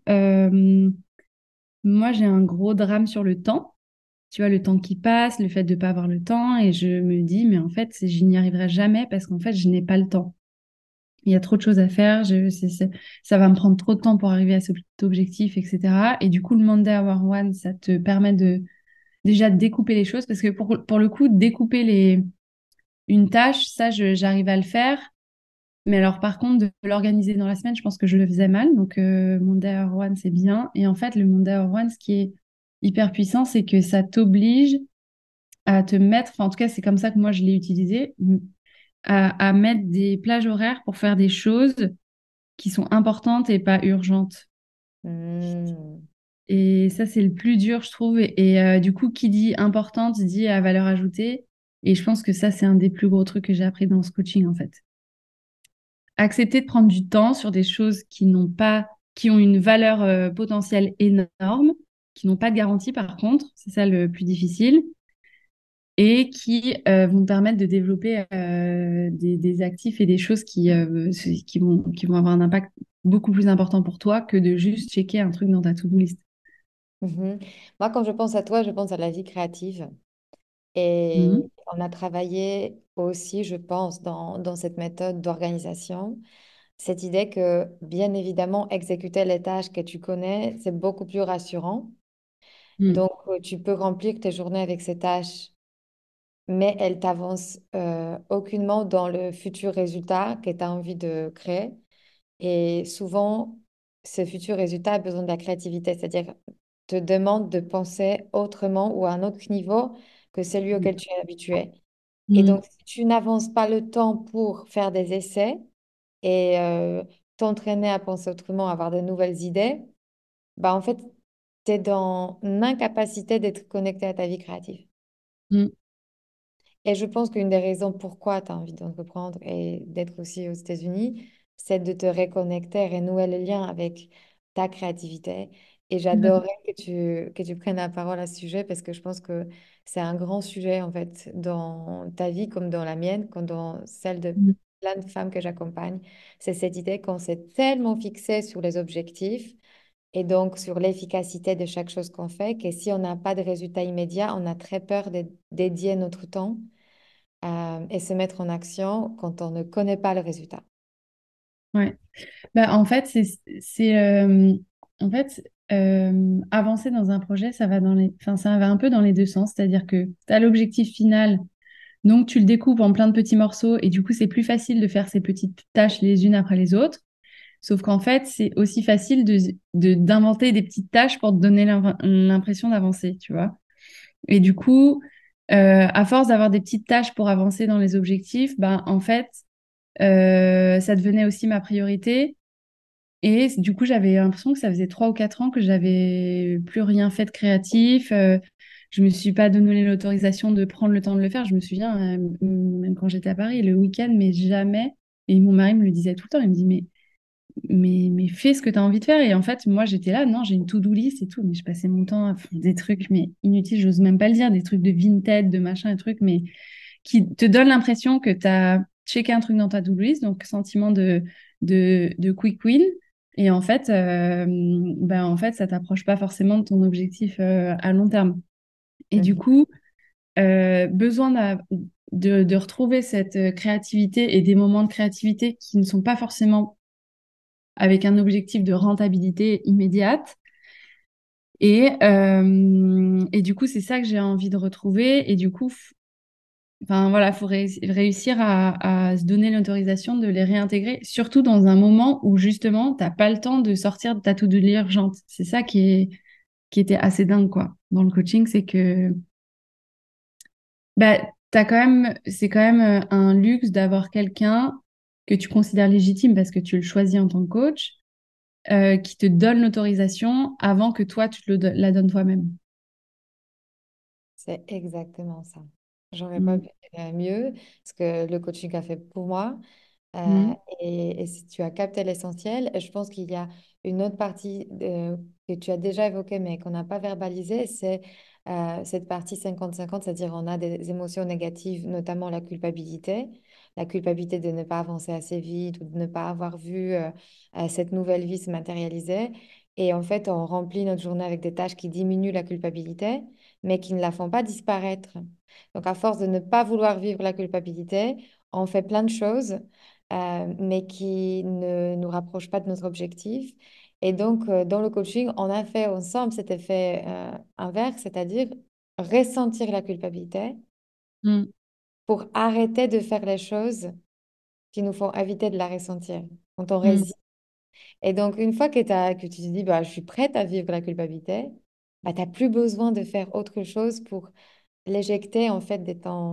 moi, j'ai un gros drame sur le temps. Tu vois, le temps qui passe, le fait de pas avoir le temps, et je me dis, mais en fait, je n'y arriverai jamais parce qu'en fait, je n'ai pas le temps. Il y a trop de choses à faire, ça va me prendre trop de temps pour arriver à cet objectif, etc. Et du coup, le Monday Hour One, ça te permet de déjà découper les choses, parce que pour le coup, découper une tâche, ça, j'arrive à le faire. Mais alors, par contre, de l'organiser dans la semaine, je pense que je le faisais mal. Donc, Monday Hour One, c'est bien. Et en fait, le Monday Hour One, ce qui est hyper puissant, c'est que ça t'oblige à te mettre, enfin, en tout cas, c'est comme ça que moi, je l'ai utilisé, à mettre des plages horaires pour faire des choses qui sont importantes et pas urgentes. hmm, Et ça, c'est le plus dur, je trouve. Du coup, qui dit importante dit à valeur ajoutée. Et je pense que ça, c'est un des plus gros trucs que j'ai appris dans ce coaching, en fait. Accepter de prendre du temps sur des choses qui ont une valeur potentielle énorme, qui n'ont pas de garantie, par contre. C'est ça le plus difficile. Et qui vont te permettre de développer des actifs et des choses qui vont avoir un impact beaucoup plus important pour toi que de juste checker un truc dans ta to-do list. mhm. Moi, quand je pense à toi, je pense à la vie créative. Et Mhm. on a travaillé aussi, je pense, dans cette méthode d'organisation, cette idée que, bien évidemment, exécuter les tâches que tu connais, c'est beaucoup plus rassurant. Mhm. Donc, tu peux remplir tes journées avec ces tâches, mais elles t'avancent aucunement dans le futur résultat que tu as envie de créer. Et souvent, ce futur résultat a besoin de la créativité, c'est-à-dire te demande de penser autrement ou à un autre niveau que celui auquel tu es habitué. Et Mhm. donc, si tu n'avances pas le temps pour faire des essais et t'entraîner à penser autrement, avoir de nouvelles idées, bah en fait, tu es dans l'incapacité d'être connecté à ta vie créative. Mhm. Et je pense qu'une des raisons pourquoi tu as envie d'entreprendre et d'être aussi aux États-Unis, c'est de te reconnecter, renouer le lien avec ta créativité Et D'accord. j'adorerais que tu prennes la parole à ce sujet parce que je pense que c'est un grand sujet en fait dans ta vie comme dans la mienne, comme dans celle de Mm. plein de femmes que j'accompagne. C'est cette idée qu'on s'est tellement fixé sur les objectifs et donc sur l'efficacité de chaque chose qu'on fait que si on n'a pas de résultat immédiat, on a très peur de dédier notre temps et se mettre en action quand on ne connaît pas le résultat. Ouais. Bah, en fait, en fait, avancer dans un projet, ça va enfin, ça va un peu dans les deux sens. C'est-à-dire que tu as l'objectif final, donc tu le découpes en plein de petits morceaux et du coup, c'est plus facile de faire ces petites tâches les unes après les autres. Sauf qu'en fait, c'est aussi facile d'inventer des petites tâches pour te donner l'impression d'avancer, tu vois. Et du coup, à force d'avoir des petites tâches pour avancer dans les objectifs, ben, en fait, ça devenait aussi ma priorité. Et du coup, j'avais l'impression que ça faisait 3 ou 4 ans que j'avais plus rien fait de créatif. Je me suis pas donné l'autorisation de prendre le temps de le faire. Je me souviens, même quand j'étais à Paris, le week-end, mais jamais. Et mon mari me le disait tout le temps. Il me dit, mais fais ce que tu as envie de faire. Et en fait, moi, j'étais là, non, j'ai une to-do list et tout. Mais je passais mon temps à faire des trucs, mais inutiles, j'ose même pas le dire, des trucs de Vinted, de machin, et trucs, mais qui te donnent l'impression que tu as checké un truc dans ta to-do list, donc sentiment de quick win. Et en fait, ça t'approche pas forcément de ton objectif à long terme. Et du Mhm. coup, besoin de retrouver cette créativité et des moments de créativité qui ne sont pas forcément avec un objectif de rentabilité immédiate. Et du coup, c'est ça que j'ai envie de retrouver. Et du coup, enfin, voilà, faut réussir à se donner l'autorisation de les réintégrer, surtout dans un moment où justement, t'as pas le temps de sortir de ta to-do urgente. C'est ça qui était assez dingue, quoi, dans le coaching, c'est que bah, c'est quand même un luxe d'avoir quelqu'un que tu considères légitime parce que tu le choisis en tant que coach, qui te donne l'autorisation avant que toi, tu la donnes toi-même. C'est exactement ça. J'aurais pas Mm. pu dire mieux ce que le coaching a fait pour moi. Euh, Mm. et si tu as capté l'essentiel, je pense qu'il y a une autre partie que tu as déjà évoquée mais qu'on n'a pas verbalisée, c'est cette partie 50-50, c'est-à-dire on a des émotions négatives, notamment la culpabilité de ne pas avancer assez vite ou de ne pas avoir vu cette nouvelle vie se matérialiser. Et en fait, on remplit notre journée avec des tâches qui diminuent la culpabilité, mais qui ne la font pas disparaître. Donc, à force de ne pas vouloir vivre la culpabilité, on fait plein de choses mais qui ne nous rapproche pas de notre objectif. Et donc, dans le coaching, on a fait ensemble cet effet inverse, c'est-à-dire ressentir la culpabilité Mm. pour arrêter de faire les choses qui nous font éviter de la ressentir quand on Mm. résiste. Et donc, une fois que tu te dis, bah, je suis prête à vivre la culpabilité, bah, tu n'as plus besoin de faire autre chose pour l'éjecter en fait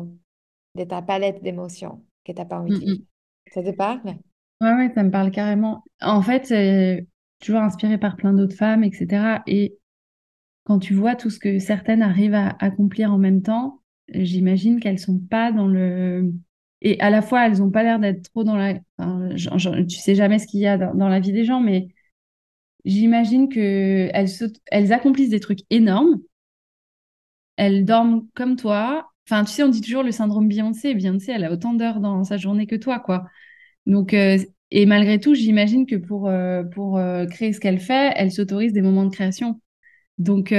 de ta palette d'émotions que tu n'as pas envie Mm. de vivre. Mm. Ça te parle? Ouais, ouais, ça me parle carrément. En fait, toujours inspirée par plein d'autres femmes, etc. Et quand tu vois tout ce que certaines arrivent à accomplir en même temps, j'imagine qu'elles sont pas dans le... Et à la fois, elles ont pas l'air d'être trop dans la... enfin, tu sais jamais ce qu'il y a dans la vie des gens, mais j'imagine que elles accomplissent des trucs énormes. Elles dorment comme toi. Enfin, tu sais, on dit toujours le syndrome Beyoncé. Beyoncé, elle a autant d'heures dans sa journée que toi, quoi. Donc, et malgré tout, j'imagine que pour créer ce qu'elle fait, elle s'autorise des moments de création. Donc,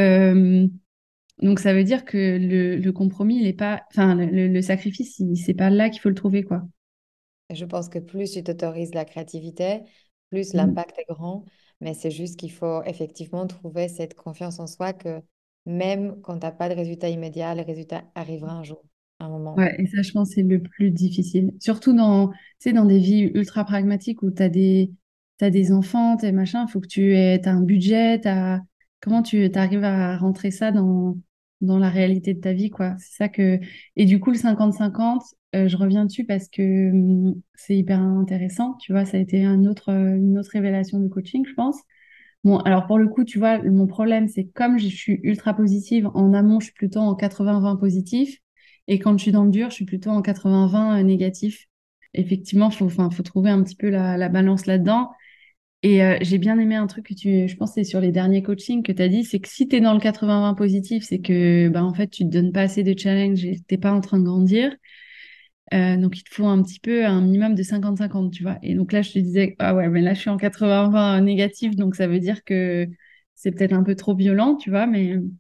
donc ça veut dire que le compromis, il est pas, enfin, le sacrifice, c'est pas là qu'il faut le trouver, quoi. Je pense que plus tu t'autorises la créativité, plus Mm. l'impact est grand. Mais c'est juste qu'il faut effectivement trouver cette confiance en soi que même quand tu n'as pas de résultat immédiat, le résultat arrivera un jour, un moment. Ouais, et ça, je pense, c'est le plus difficile. Surtout tu sais, dans des vies ultra pragmatiques où t'as des enfants, t'es machin, il faut que t'as un budget, comment tu arrives à rentrer ça dans la réalité de ta vie, quoi. C'est ça que... Et du coup, le 50-50, je reviens dessus parce que c'est hyper intéressant, tu vois, ça a été une autre révélation de coaching, je pense. Bon, alors pour le coup, tu vois, mon problème, c'est que comme je suis ultra positive, en amont, je suis plutôt en 80-20 positif. Et quand je suis dans le dur, je suis plutôt en 80-20 négatif. Effectivement, faut trouver un petit peu la balance là-dedans. Et j'ai bien aimé un truc je pense que c'est sur les derniers coachings que tu as dit, c'est que si tu es dans le 80-20 positif, c'est que bah, en fait, tu te donnes pas assez de challenge et t'es pas en train de grandir. Donc, il te faut un petit peu un minimum de 50-50, tu vois. Et donc là, je te disais, ah ouais, mais là, je suis en 80-20 négatif, donc ça veut dire que c'est peut-être un peu trop violent, tu vois,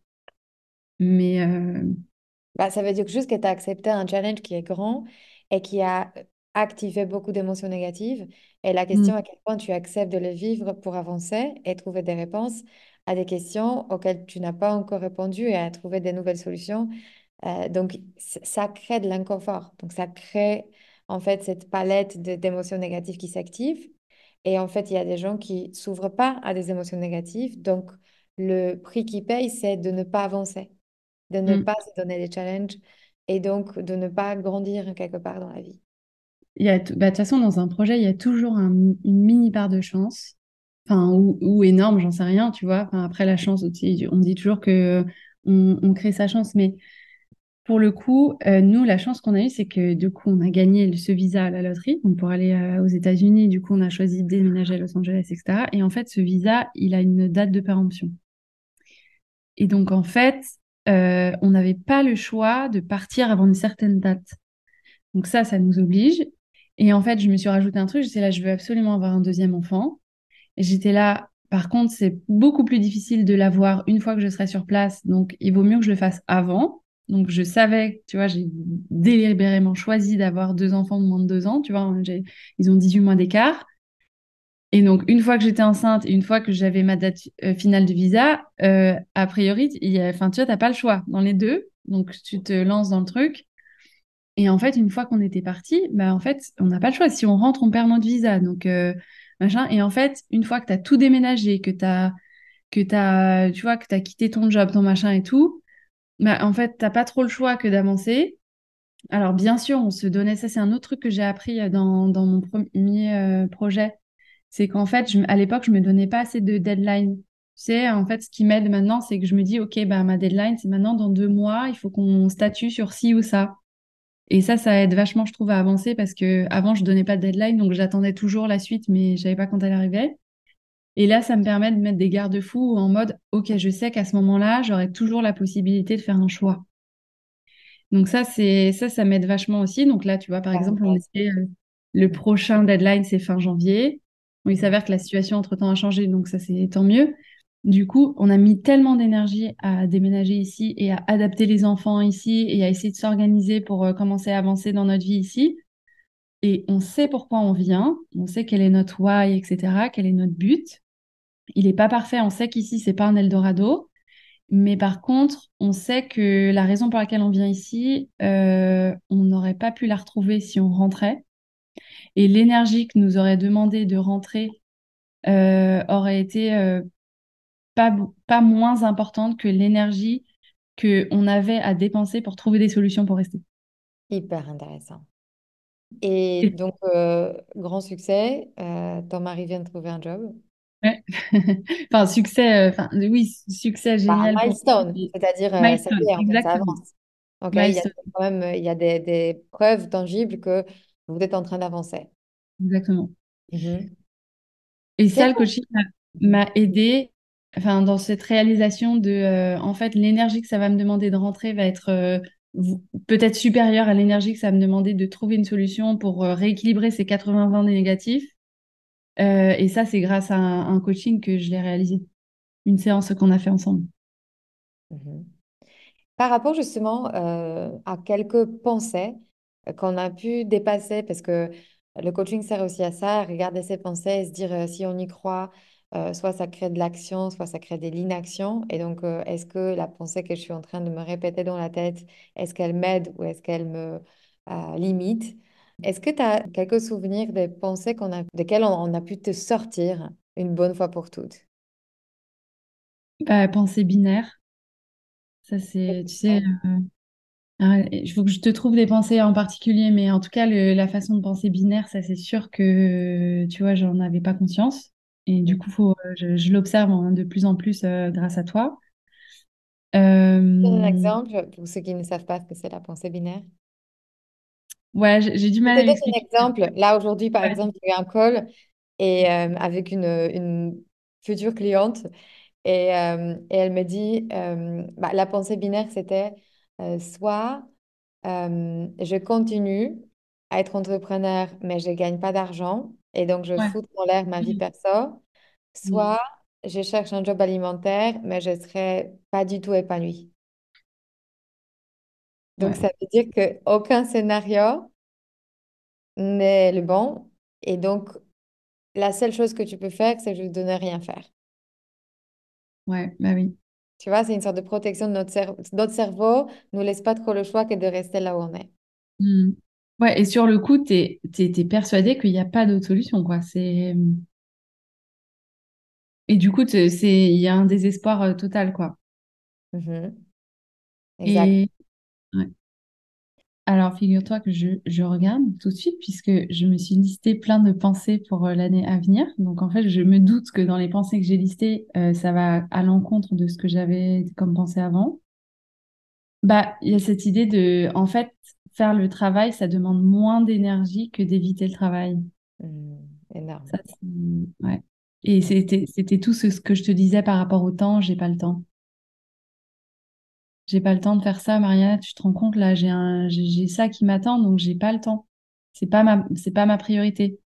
mais Bah, ça veut dire juste que tu as accepté un challenge qui est grand et qui a activé beaucoup d'émotions négatives. Et la mm, question à quel point tu acceptes de le vivre pour avancer et trouver des réponses à des questions auxquelles tu n'as pas encore répondu et à trouver des nouvelles solutions. Donc, ça crée de l'inconfort. Donc, ça crée en fait cette palette d'émotions négatives qui s'active. Et en fait, il y a des gens qui s'ouvrent pas à des émotions négatives. Donc, le prix qu'ils payent, c'est de ne pas avancer, de ne mm. pas se donner des challenges et donc de ne pas grandir quelque part dans la vie. Bah, de toute façon, dans un projet, il y a toujours une mini part de chance. Enfin, ou énorme, j'en sais rien, tu vois. Enfin, après, la chance aussi, on dit toujours que on crée sa chance, mais pour le coup, nous, la chance qu'on a eue, c'est que du coup, on a gagné ce visa à la loterie, donc pour aller aux États-Unis. Du coup, on a choisi de déménager à Los Angeles, etc. Et en fait, ce visa, il a une date de péremption. Et donc, en fait, on n'avait pas le choix de partir avant une certaine date. Donc ça nous oblige. Et en fait, je me suis rajouté un truc. J'étais là, je veux absolument avoir un deuxième enfant. Et j'étais là, par contre, c'est beaucoup plus difficile de l'avoir une fois que je serai sur place. Donc, il vaut mieux que je le fasse avant. Donc, je savais, tu vois, j'ai délibérément choisi d'avoir deux enfants de moins de 2 ans. Tu vois, ils ont 18 mois d'écart. Et donc, une fois que j'étais enceinte et une fois que j'avais ma date finale de visa, a priori, enfin, tu vois, t'as pas le choix dans les deux. Donc, tu te lances dans le truc. Et en fait, une fois qu'on était parti, bah, en fait, on n'a pas le choix. Si on rentre, on perd notre visa. Donc, machin. Et en fait, une fois que tu as tout déménagé, tu vois, que tu as quitté ton job, ton machin et tout, bah, en fait, t'as pas trop le choix que d'avancer. Alors, bien sûr, on se donnait, ça, c'est un autre truc que j'ai appris dans mon premier projet. C'est qu'en fait, à l'époque, je me donnais pas assez de deadline. Tu sais, en fait, ce qui m'aide maintenant, c'est que je me dis, OK, bah, ma deadline, c'est maintenant dans 2 mois, il faut qu'on statue sur ci ou ça. Et ça aide vachement, je trouve, à avancer parce que avant, je donnais pas de deadline, donc j'attendais toujours la suite, mais je savais pas quand elle arrivait. Et là, ça me permet de mettre des garde-fous en mode, OK, je sais qu'à ce moment-là, j'aurai toujours la possibilité de faire un choix. Donc ça m'aide vachement aussi. Donc là, tu vois, par Super exemple, intéressant. le prochain deadline, c'est fin janvier. Bon, il Mhm. s'avère que la situation entre-temps a changé, donc ça, c'est tant mieux. Du coup, on a mis tellement d'énergie à déménager ici et à adapter les enfants ici et à essayer de s'organiser pour commencer à avancer dans notre vie ici. Et on sait pourquoi on vient, on sait quel est notre why, etc., quel est notre but. Il n'est pas parfait, on sait qu'ici, c'est pas un Eldorado. Mais par contre, on sait que la raison pour laquelle on vient ici, on n'aurait pas pu la retrouver si on rentrait. Et l'énergie que nous aurait demandé de rentrer aurait été pas moins importante que l'énergie qu'on avait à dépenser pour trouver des solutions pour rester. Hyper intéressant. Et Et- donc, grand succès, ton mari vient de trouver un job. ouais. Enfin, succès, oui, succès Bah, un génial pour milestone, lui. c'est-à-dire ça Milestone, y est, en fait, ça exactement. avance. Ok, il y a Milestone, quand même il y a des preuves tangibles que vous êtes en train d'avancer. exactement. Mhm. Et Quel ça, le coaching m'a aidé, enfin, dans cette réalisation de, en fait, l'énergie que ça va me demander de rentrer va être peut-être supérieure à l'énergie que ça va me demander de trouver une solution pour rééquilibrer ces 80-20 négatifs. Et ça, c'est grâce à un coaching que je l'ai réalisé, une séance qu'on a fait ensemble. Mhm. Par rapport justement à quelques pensées qu'on a pu dépasser, parce que le coaching sert aussi à ça, à regarder ses pensées et se dire si on y croit, soit ça crée de l'action, soit ça crée de l'inaction. Et donc, est-ce que la pensée que je suis en train de me répéter dans la tête, est-ce qu'elle m'aide ou est-ce qu'elle me limite? Est-ce que tu as quelques souvenirs des pensées desquelles on a pu te sortir une bonne fois pour toutes? Bah, pensée binaire, ça c'est, tu sais, il faut que je te trouve des pensées en particulier, mais en tout cas, la façon de penser binaire, ça c'est sûr que, tu vois, j'en avais pas conscience. Et du coup, je l'observe de plus en plus grâce à toi. Donne un Euh, exemple pour ceux qui ne savent pas ce que c'est la pensée binaire. ouais, j'ai du Je mal te à donne un m'expliquer. exemple. Là, aujourd'hui, par Ouais, exemple, il y a eu un call et avec une future cliente. Et elle me dit, bah, la pensée binaire, c'était soit je continue à être entrepreneur, mais je gagne pas d'argent, et donc je Ouais. fous en l'air ma vie Mm. perso, Mm. soit je cherche un job alimentaire, mais je serai pas du tout épanouie. Donc Ouais. ça veut dire qu'aucun scénario n'est le bon, et donc la seule chose que tu peux faire, c'est juste de ne rien faire. Ouais. Bah oui. Tu vois, c'est une sorte de protection de notre cerveau. Notre cerveau nous laisse pas trop le choix que de rester là où on est. Mm. Ouais, et sur le coup, t'es persuadé qu'il n'y a pas d'autre solution, quoi. Et du coup, il y a un désespoir total, quoi. Mhm. Exact. Et ouais. Alors, figure-toi que je regarde tout de suite, puisque je me suis listé plein de pensées pour l'année à venir. Donc, en fait, je me doute que dans les pensées que j'ai listées, ça va à l'encontre de ce que j'avais comme pensée avant. Bah, il y a cette idée de, en fait, faire le travail, ça demande moins d'énergie que d'éviter le travail. Ça, Énorme. ouais. Et c'était tout ce que je te disais par rapport au temps, j'ai pas le temps. J'ai pas le temps de faire ça, Maria. Tu te rends compte, là, j'ai ça qui m'attend, donc j'ai pas le temps. C'est pas ma priorité.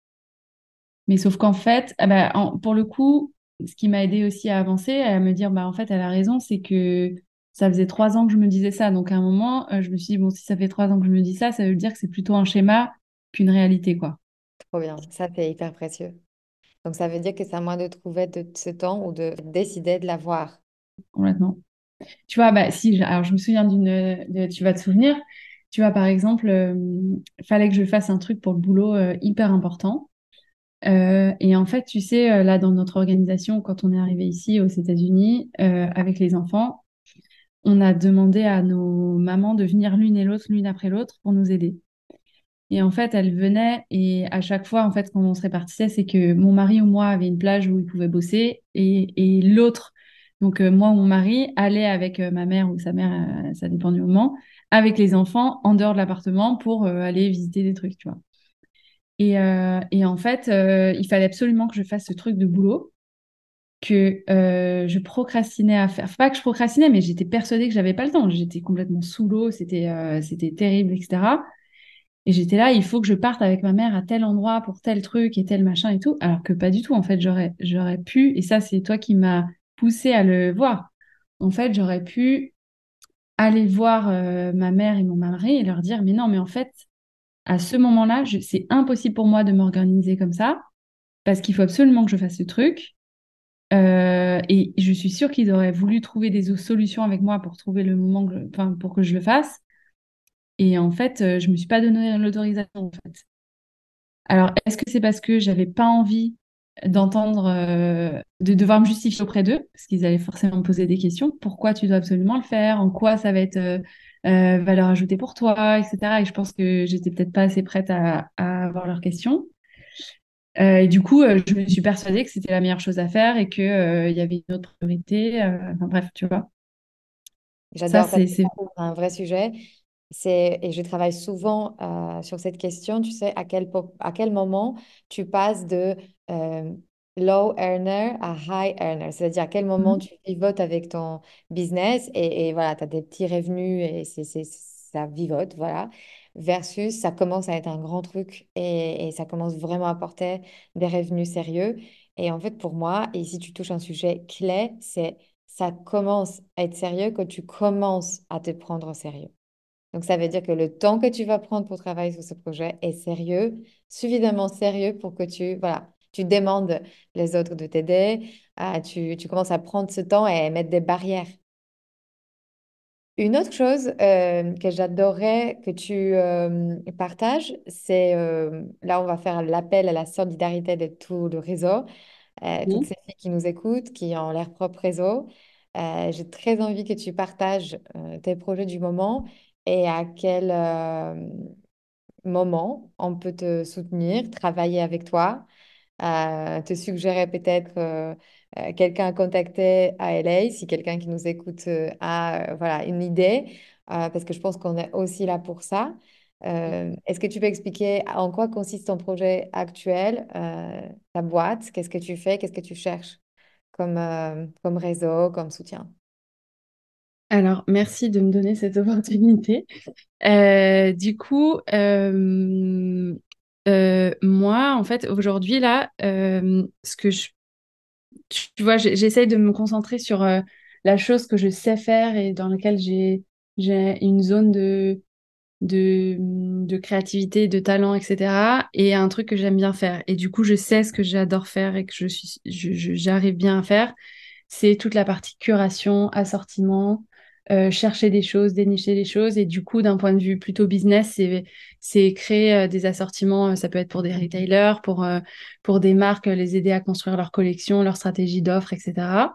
Mais sauf qu'en fait, ah bah, pour le coup, ce qui m'a aidé aussi à avancer, à me dire, bah, en fait, elle a raison, c'est que ça faisait 3 ans que je me disais ça. Donc, à un moment, je me suis dit, bon, si ça fait 3 ans que je me dis ça veut dire que c'est plutôt un schéma qu'une réalité, quoi. Trop bien. Ça, c'est hyper précieux. Donc, ça veut dire que c'est à moi de trouver de ce temps ou de décider de l'avoir. Complètement. Tu vois, bah, si, alors je me souviens tu vas te souvenir, tu vois, par exemple, fallait que je fasse un truc pour le boulot hyper important. Et en fait, tu sais, là, dans notre organisation, quand on est arrivé ici aux États-Unis, avec les enfants, on a demandé à nos mamans de venir l'une et l'autre, l'une après l'autre, pour nous aider. Et en fait, elles venaient et à chaque fois, en fait, quand on se répartissait, c'est que mon mari ou moi avait une plage où il pouvait bosser et l'autre, donc moi ou mon mari, allait avec ma mère ou sa mère, ça dépend du moment, avec les enfants en dehors de l'appartement pour aller visiter des trucs, tu vois. Et en fait, il fallait absolument que je fasse ce truc de boulot que je procrastinais à faire. Enfin, pas que je procrastinais, mais j'étais persuadée que j'avais pas le temps. J'étais complètement sous l'eau, c'était terrible, etc. Et j'étais là, il faut que je parte avec ma mère à tel endroit pour tel truc et tel machin et tout. Alors que pas du tout, en fait, j'aurais pu, et ça, c'est toi qui m'as poussé à le voir. En fait, j'aurais pu aller voir ma mère et mon mari et leur dire, mais non, mais en fait, à ce moment-là, c'est impossible pour moi de m'organiser comme ça parce qu'il faut absolument que je fasse ce truc. Et je suis sûre qu'ils auraient voulu trouver des solutions avec moi pour trouver le moment, enfin, pour que je le fasse. Et en fait, je me suis pas donné l'autorisation, en fait. Alors, est-ce que c'est parce que j'avais pas envie d'entendre, de devoir me justifier auprès d'eux, parce qu'ils allaient forcément me poser des questions. Pourquoi tu dois absolument le faire? En quoi ça va être valeur ajoutée pour toi, etc. Et je pense que j'étais peut-être pas assez prête à avoir leurs questions. Et du coup, je me suis persuadée que c'était la meilleure chose à faire et que, il y avait une autre priorité. Enfin bref, tu vois. Ça, J'adore parce que ça ouvre un vrai sujet. Et je travaille souvent sur cette question, tu sais, à quel moment tu passes de euh, low earner à high earner, c'est-à-dire à quel moment Mhm. tu pivotes avec ton business et voilà, tu as des petits revenus et ça vivote, voilà, versus ça commence à être un grand truc et ça commence vraiment à apporter des revenus sérieux. Et en fait, pour moi, et ici tu touches un sujet clé, c'est ça commence à être sérieux quand tu commences à te prendre au sérieux. Donc, ça veut dire que le temps que tu vas prendre pour travailler sur ce projet est sérieux, suffisamment sérieux pour que voilà, tu demandes les autres de t'aider, tu commences à prendre ce temps et mettre des barrières. Une autre chose que j'adorais que tu partages, c'est là, on va faire l'appel à la solidarité de tout le réseau, toutes Mhm. ces filles qui nous écoutent, qui ont leur propre réseau. J'ai très envie que tu partages tes projets du moment et à quel moment on peut te soutenir, travailler avec toi, te suggérer peut-être quelqu'un à contacter à LA si quelqu'un qui nous écoute a voilà, une idée, parce que je pense qu'on est aussi là pour ça. Est-ce que tu peux expliquer en quoi consiste ton projet actuel, ta boîte? Qu'est-ce que tu fais? Qu'est-ce que tu cherches comme réseau, comme soutien? Alors, merci de me donner cette opportunité. Du coup, moi, en fait, aujourd'hui, là, tu vois, j'essaye de me concentrer sur la chose que je sais faire et dans laquelle j'ai une zone de créativité, de talent, etc. Et un truc que j'aime bien faire. Et du coup, je sais ce que j'adore faire et que j'arrive bien à faire. C'est toute la partie curation, assortiment, chercher des choses, dénicher des choses. Et du coup, d'un point de vue plutôt business, c'est créer des assortiments. Ça peut être pour des retailers, pour des marques, les aider à construire leur collection, leur stratégie d'offres, etc.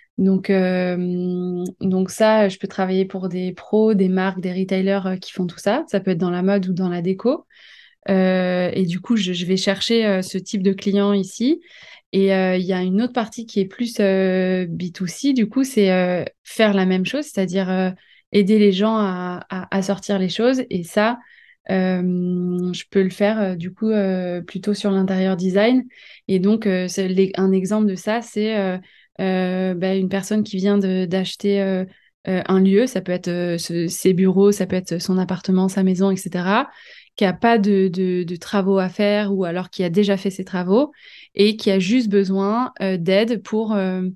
Donc ça, je peux travailler pour des pros, des marques, des retailers qui font tout ça. Ça peut être dans la mode ou dans la déco. Et du coup, je vais chercher ce type de client ici. Et il y a une autre partie qui est plus B2C, du coup, c'est faire la même chose, c'est-à-dire aider les gens à sortir les choses. Et ça, je peux le faire du coup plutôt sur l'intérieur design. Et donc, un exemple de ça, c'est bah, une personne qui vient d'acheter un lieu, ça peut être ses bureaux, ça peut être son appartement, sa maison, etc., qui a pas de travaux à faire ou alors qui a déjà fait ses travaux et qui a juste besoin d'aide pour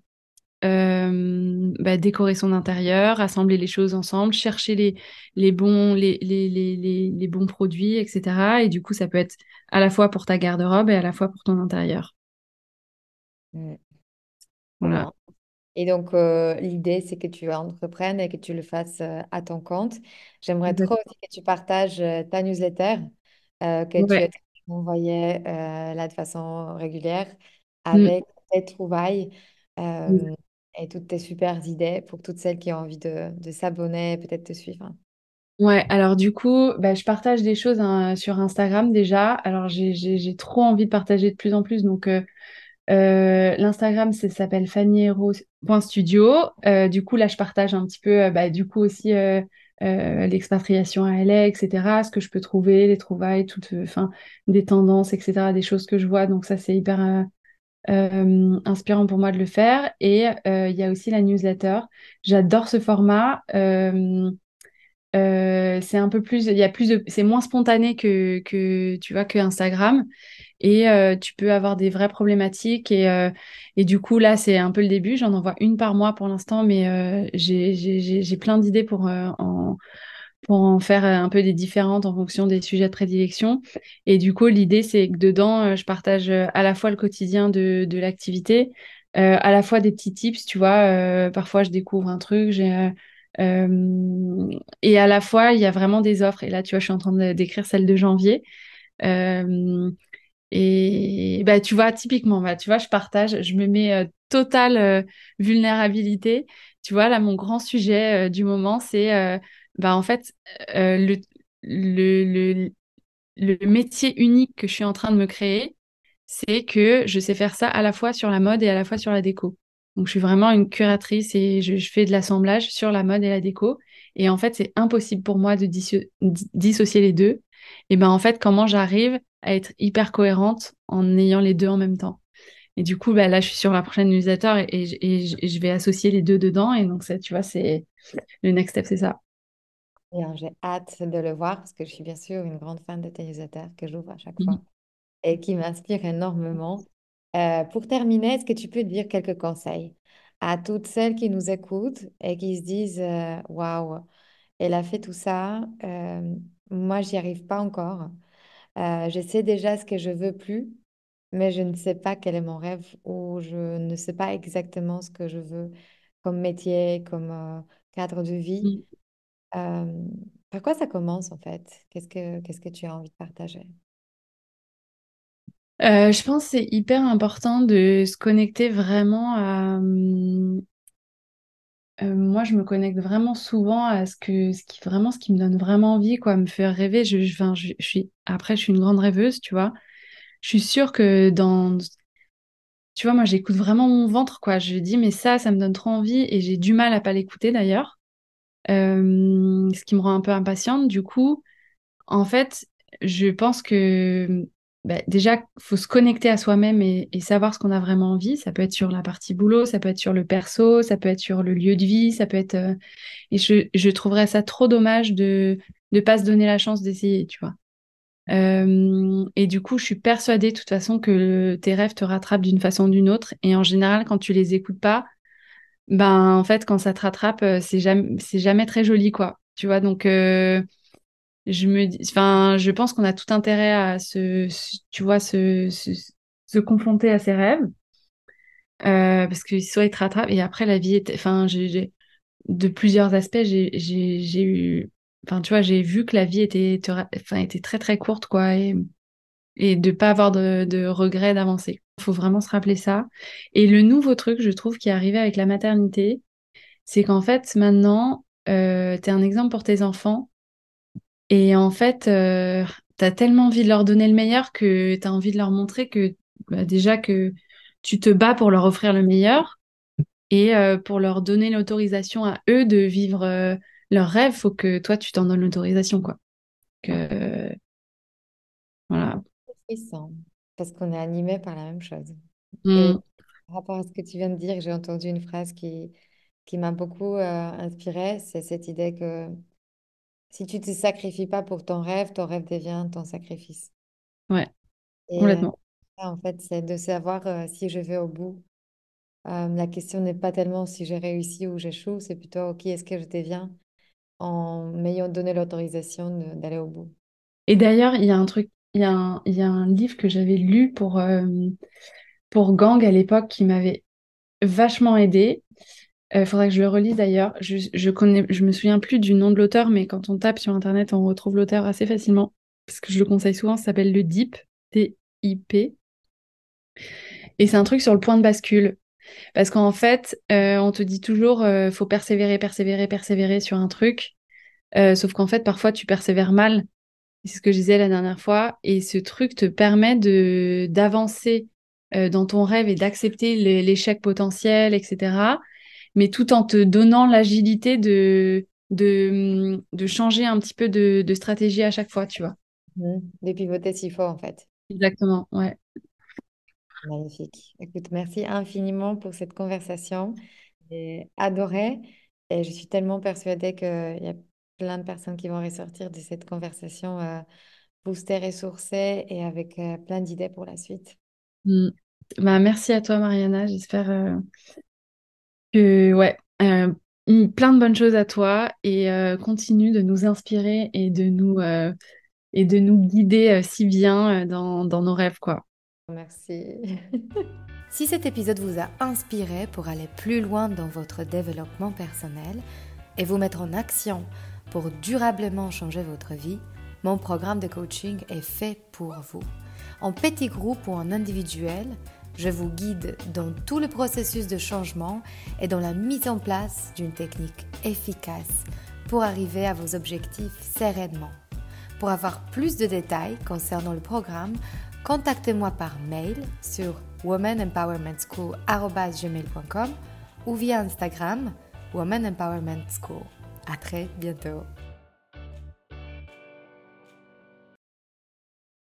bah, décorer son intérieur, assembler les choses ensemble, chercher les bons produits, etc. Et du coup, ça peut être à la fois pour ta garde-robe et à la fois pour ton intérieur. Mm, trop Voilà. bien. Et donc, l'idée, c'est que tu entreprennes et que tu le fasses à ton compte. J'aimerais trop Exact. aussi que tu partages ta newsletter, que tu Ouais. envoyais là de façon régulière Mm. avec tes trouvailles et toutes tes super idées pour toutes celles qui ont envie de s'abonner, peut-être te suivre. Ouais, alors du coup, bah, je partage des choses hein, sur Instagram déjà. Alors j'ai trop envie de partager de plus en plus. Donc l'Instagram, ça s'appelle fannyhero.studio. Du coup, là, je partage un petit peu, bah, du coup aussi l'expatriation à LA, etc. Ce que je peux trouver, les trouvailles, toutes, enfin, des tendances, etc. Des choses que je vois. Donc ça, c'est hyper inspirant pour moi de le faire. Et il y a aussi la newsletter. J'adore ce format. C'est un peu plus, il y a plus de, c'est moins spontané que tu vois que Instagram et tu peux avoir des vraies problématiques et du coup là c'est un peu le début. J'en envoie une par mois pour l'instant, mais j'ai plein d'idées pour en faire un peu des différentes en fonction des sujets de prédilection. Et du coup l'idée c'est que dedans je partage à la fois le quotidien de l'activité, à la fois des petits tips, tu vois. Parfois je découvre un truc, et à la fois, il y a vraiment des offres. Et là, tu vois, je suis en train d'écrire celle de janvier. Euh, et bah, tu vois, typiquement, bah, tu vois, je partage, je me mets totale vulnérabilité. Tu vois, là, mon grand sujet du moment, c'est bah, en fait le, le, le métier unique que je suis en train de me créer, c'est que je sais faire ça à la fois sur la mode et à la fois sur la déco. Donc, je suis vraiment une curatrice et je fais de l'assemblage sur la mode et la déco. Et en fait, c'est impossible pour moi de dissocier les deux. Et ben en fait, comment j'arrive à être hyper cohérente en ayant les deux en même temps? Et du coup, bah, là, je suis sur la prochaine newsletter et je vais associer les deux dedans. Et donc, ça, tu vois, c'est le next step, c'est ça. Bien, j'ai hâte de le voir parce que je suis bien sûr une grande fan de tes newsletters que j'ouvre à chaque Mhm. fois et qui m'inspirent énormément. Pour terminer, est-ce que tu peux dire quelques conseils à toutes celles qui nous écoutent et qui se disent waouh, elle a fait tout ça, moi, j'y arrive pas encore. Je sais déjà ce que je veux plus, mais je ne sais pas quel est mon rêve ou je ne sais pas exactement ce que je veux comme métier, comme cadre de vie. Euh, Par quoi ça commence en fait? Qu'est-ce que tu as envie de partager? Je pense que c'est hyper important de se connecter vraiment à... moi, je me connecte vraiment souvent à vraiment, ce qui me donne vraiment envie, quoi, me faire rêver. Enfin, après, je suis une grande rêveuse, tu vois. Je suis sûre que tu vois, moi, j'écoute vraiment mon ventre, quoi. Je dis, mais ça me donne trop envie et j'ai du mal à pas l'écouter d'ailleurs. Ce qui me rend un peu impatiente. Du coup, en fait, je pense que déjà, faut se connecter à soi-même et savoir ce qu'on a vraiment envie. Ça peut être sur la partie boulot, ça peut être sur le perso, ça peut être sur le lieu de vie, ça peut être... Et je trouverais ça trop dommage de ne pas se donner la chance d'essayer, tu vois. Et du coup, je suis persuadée de toute façon que tes rêves te rattrapent d'une façon ou d'une autre. Et en général, quand tu les écoutes pas, ben en fait, quand ça te rattrape, c'est jamais très joli, quoi. Tu vois, donc enfin, je pense qu'on a tout intérêt à tu vois, se confronter à ses rêves, parce que soit ils te rattrapent et après la vie est, enfin, de plusieurs aspects, j'ai eu, enfin, tu vois, j'ai vu que la vie enfin, était très très courte, quoi, et de pas avoir de regrets d'avancer. Il faut vraiment se rappeler ça. Et le nouveau truc, je trouve, qui est arrivé avec la maternité, c'est qu'en fait, maintenant, tu es un exemple pour tes enfants. Et en fait, tu as tellement envie de leur donner le meilleur que tu as envie de leur montrer que déjà que tu te bats pour leur offrir le meilleur et pour leur donner l'autorisation à eux de vivre leurs rêves, faut que toi, tu t'en donnes l'autorisation, quoi. Voilà. Puissant, parce qu'on est animé par la même chose. Et Mm. par rapport à ce que tu viens de dire, j'ai entendu une phrase qui m'a beaucoup inspirée, c'est cette idée que si tu ne te sacrifies pas pour ton rêve devient ton sacrifice. Ouais, Et complètement. ça, en fait, c'est de savoir si je vais au bout. La question n'est pas tellement si j'ai réussi ou j'échoue, c'est plutôt qui est-ce que je deviens en m'ayant donné l'autorisation d'aller au bout. Et d'ailleurs, il y a un truc, il y a un livre que j'avais lu pour Gang à l'époque qui m'avait vachement aidé. Il faudrait que je le relise d'ailleurs. Je me souviens plus du nom de l'auteur, mais quand on tape sur Internet, on retrouve l'auteur assez facilement. Parce que je le conseille souvent, ça s'appelle le DIP, DIP. Et c'est un truc sur le point de bascule. Parce qu'en fait, on te dit toujours, faut persévérer, persévérer, persévérer sur un truc. Sauf qu'en fait, parfois, tu persévères mal. C'est ce que je disais la dernière fois. Et ce truc te permet d'avancer dans ton rêve et d'accepter l'échec potentiel, etc. Mais tout en te donnant l'agilité de changer un petit peu de stratégie à chaque fois, tu vois. Mhm. De pivoter s'il faut, en fait. Exactement, ouais. Magnifique. Écoute, merci infiniment pour cette conversation. J'ai adoré et je suis tellement persuadée qu'il y a plein de personnes qui vont ressortir de cette conversation boostées, ressourcées et avec plein d'idées pour la suite. Mm. Bah, merci à toi, Mariana. J'espère que, ouais, plein de bonnes choses à toi et continue de nous inspirer et de nous guider si bien dans nos rêves, quoi. Merci. Si cet épisode vous a inspiré pour aller plus loin dans votre développement personnel et vous mettre en action pour durablement changer votre vie, mon programme de coaching est fait pour vous. En petit groupe ou en individuel, je vous guide dans tout le processus de changement et dans la mise en place d'une technique efficace pour arriver à vos objectifs sereinement. Pour avoir plus de détails concernant le programme, contactez-moi par mail sur womanempowermentschool@gmail.com ou via Instagram Woman Empowerment School. À très bientôt.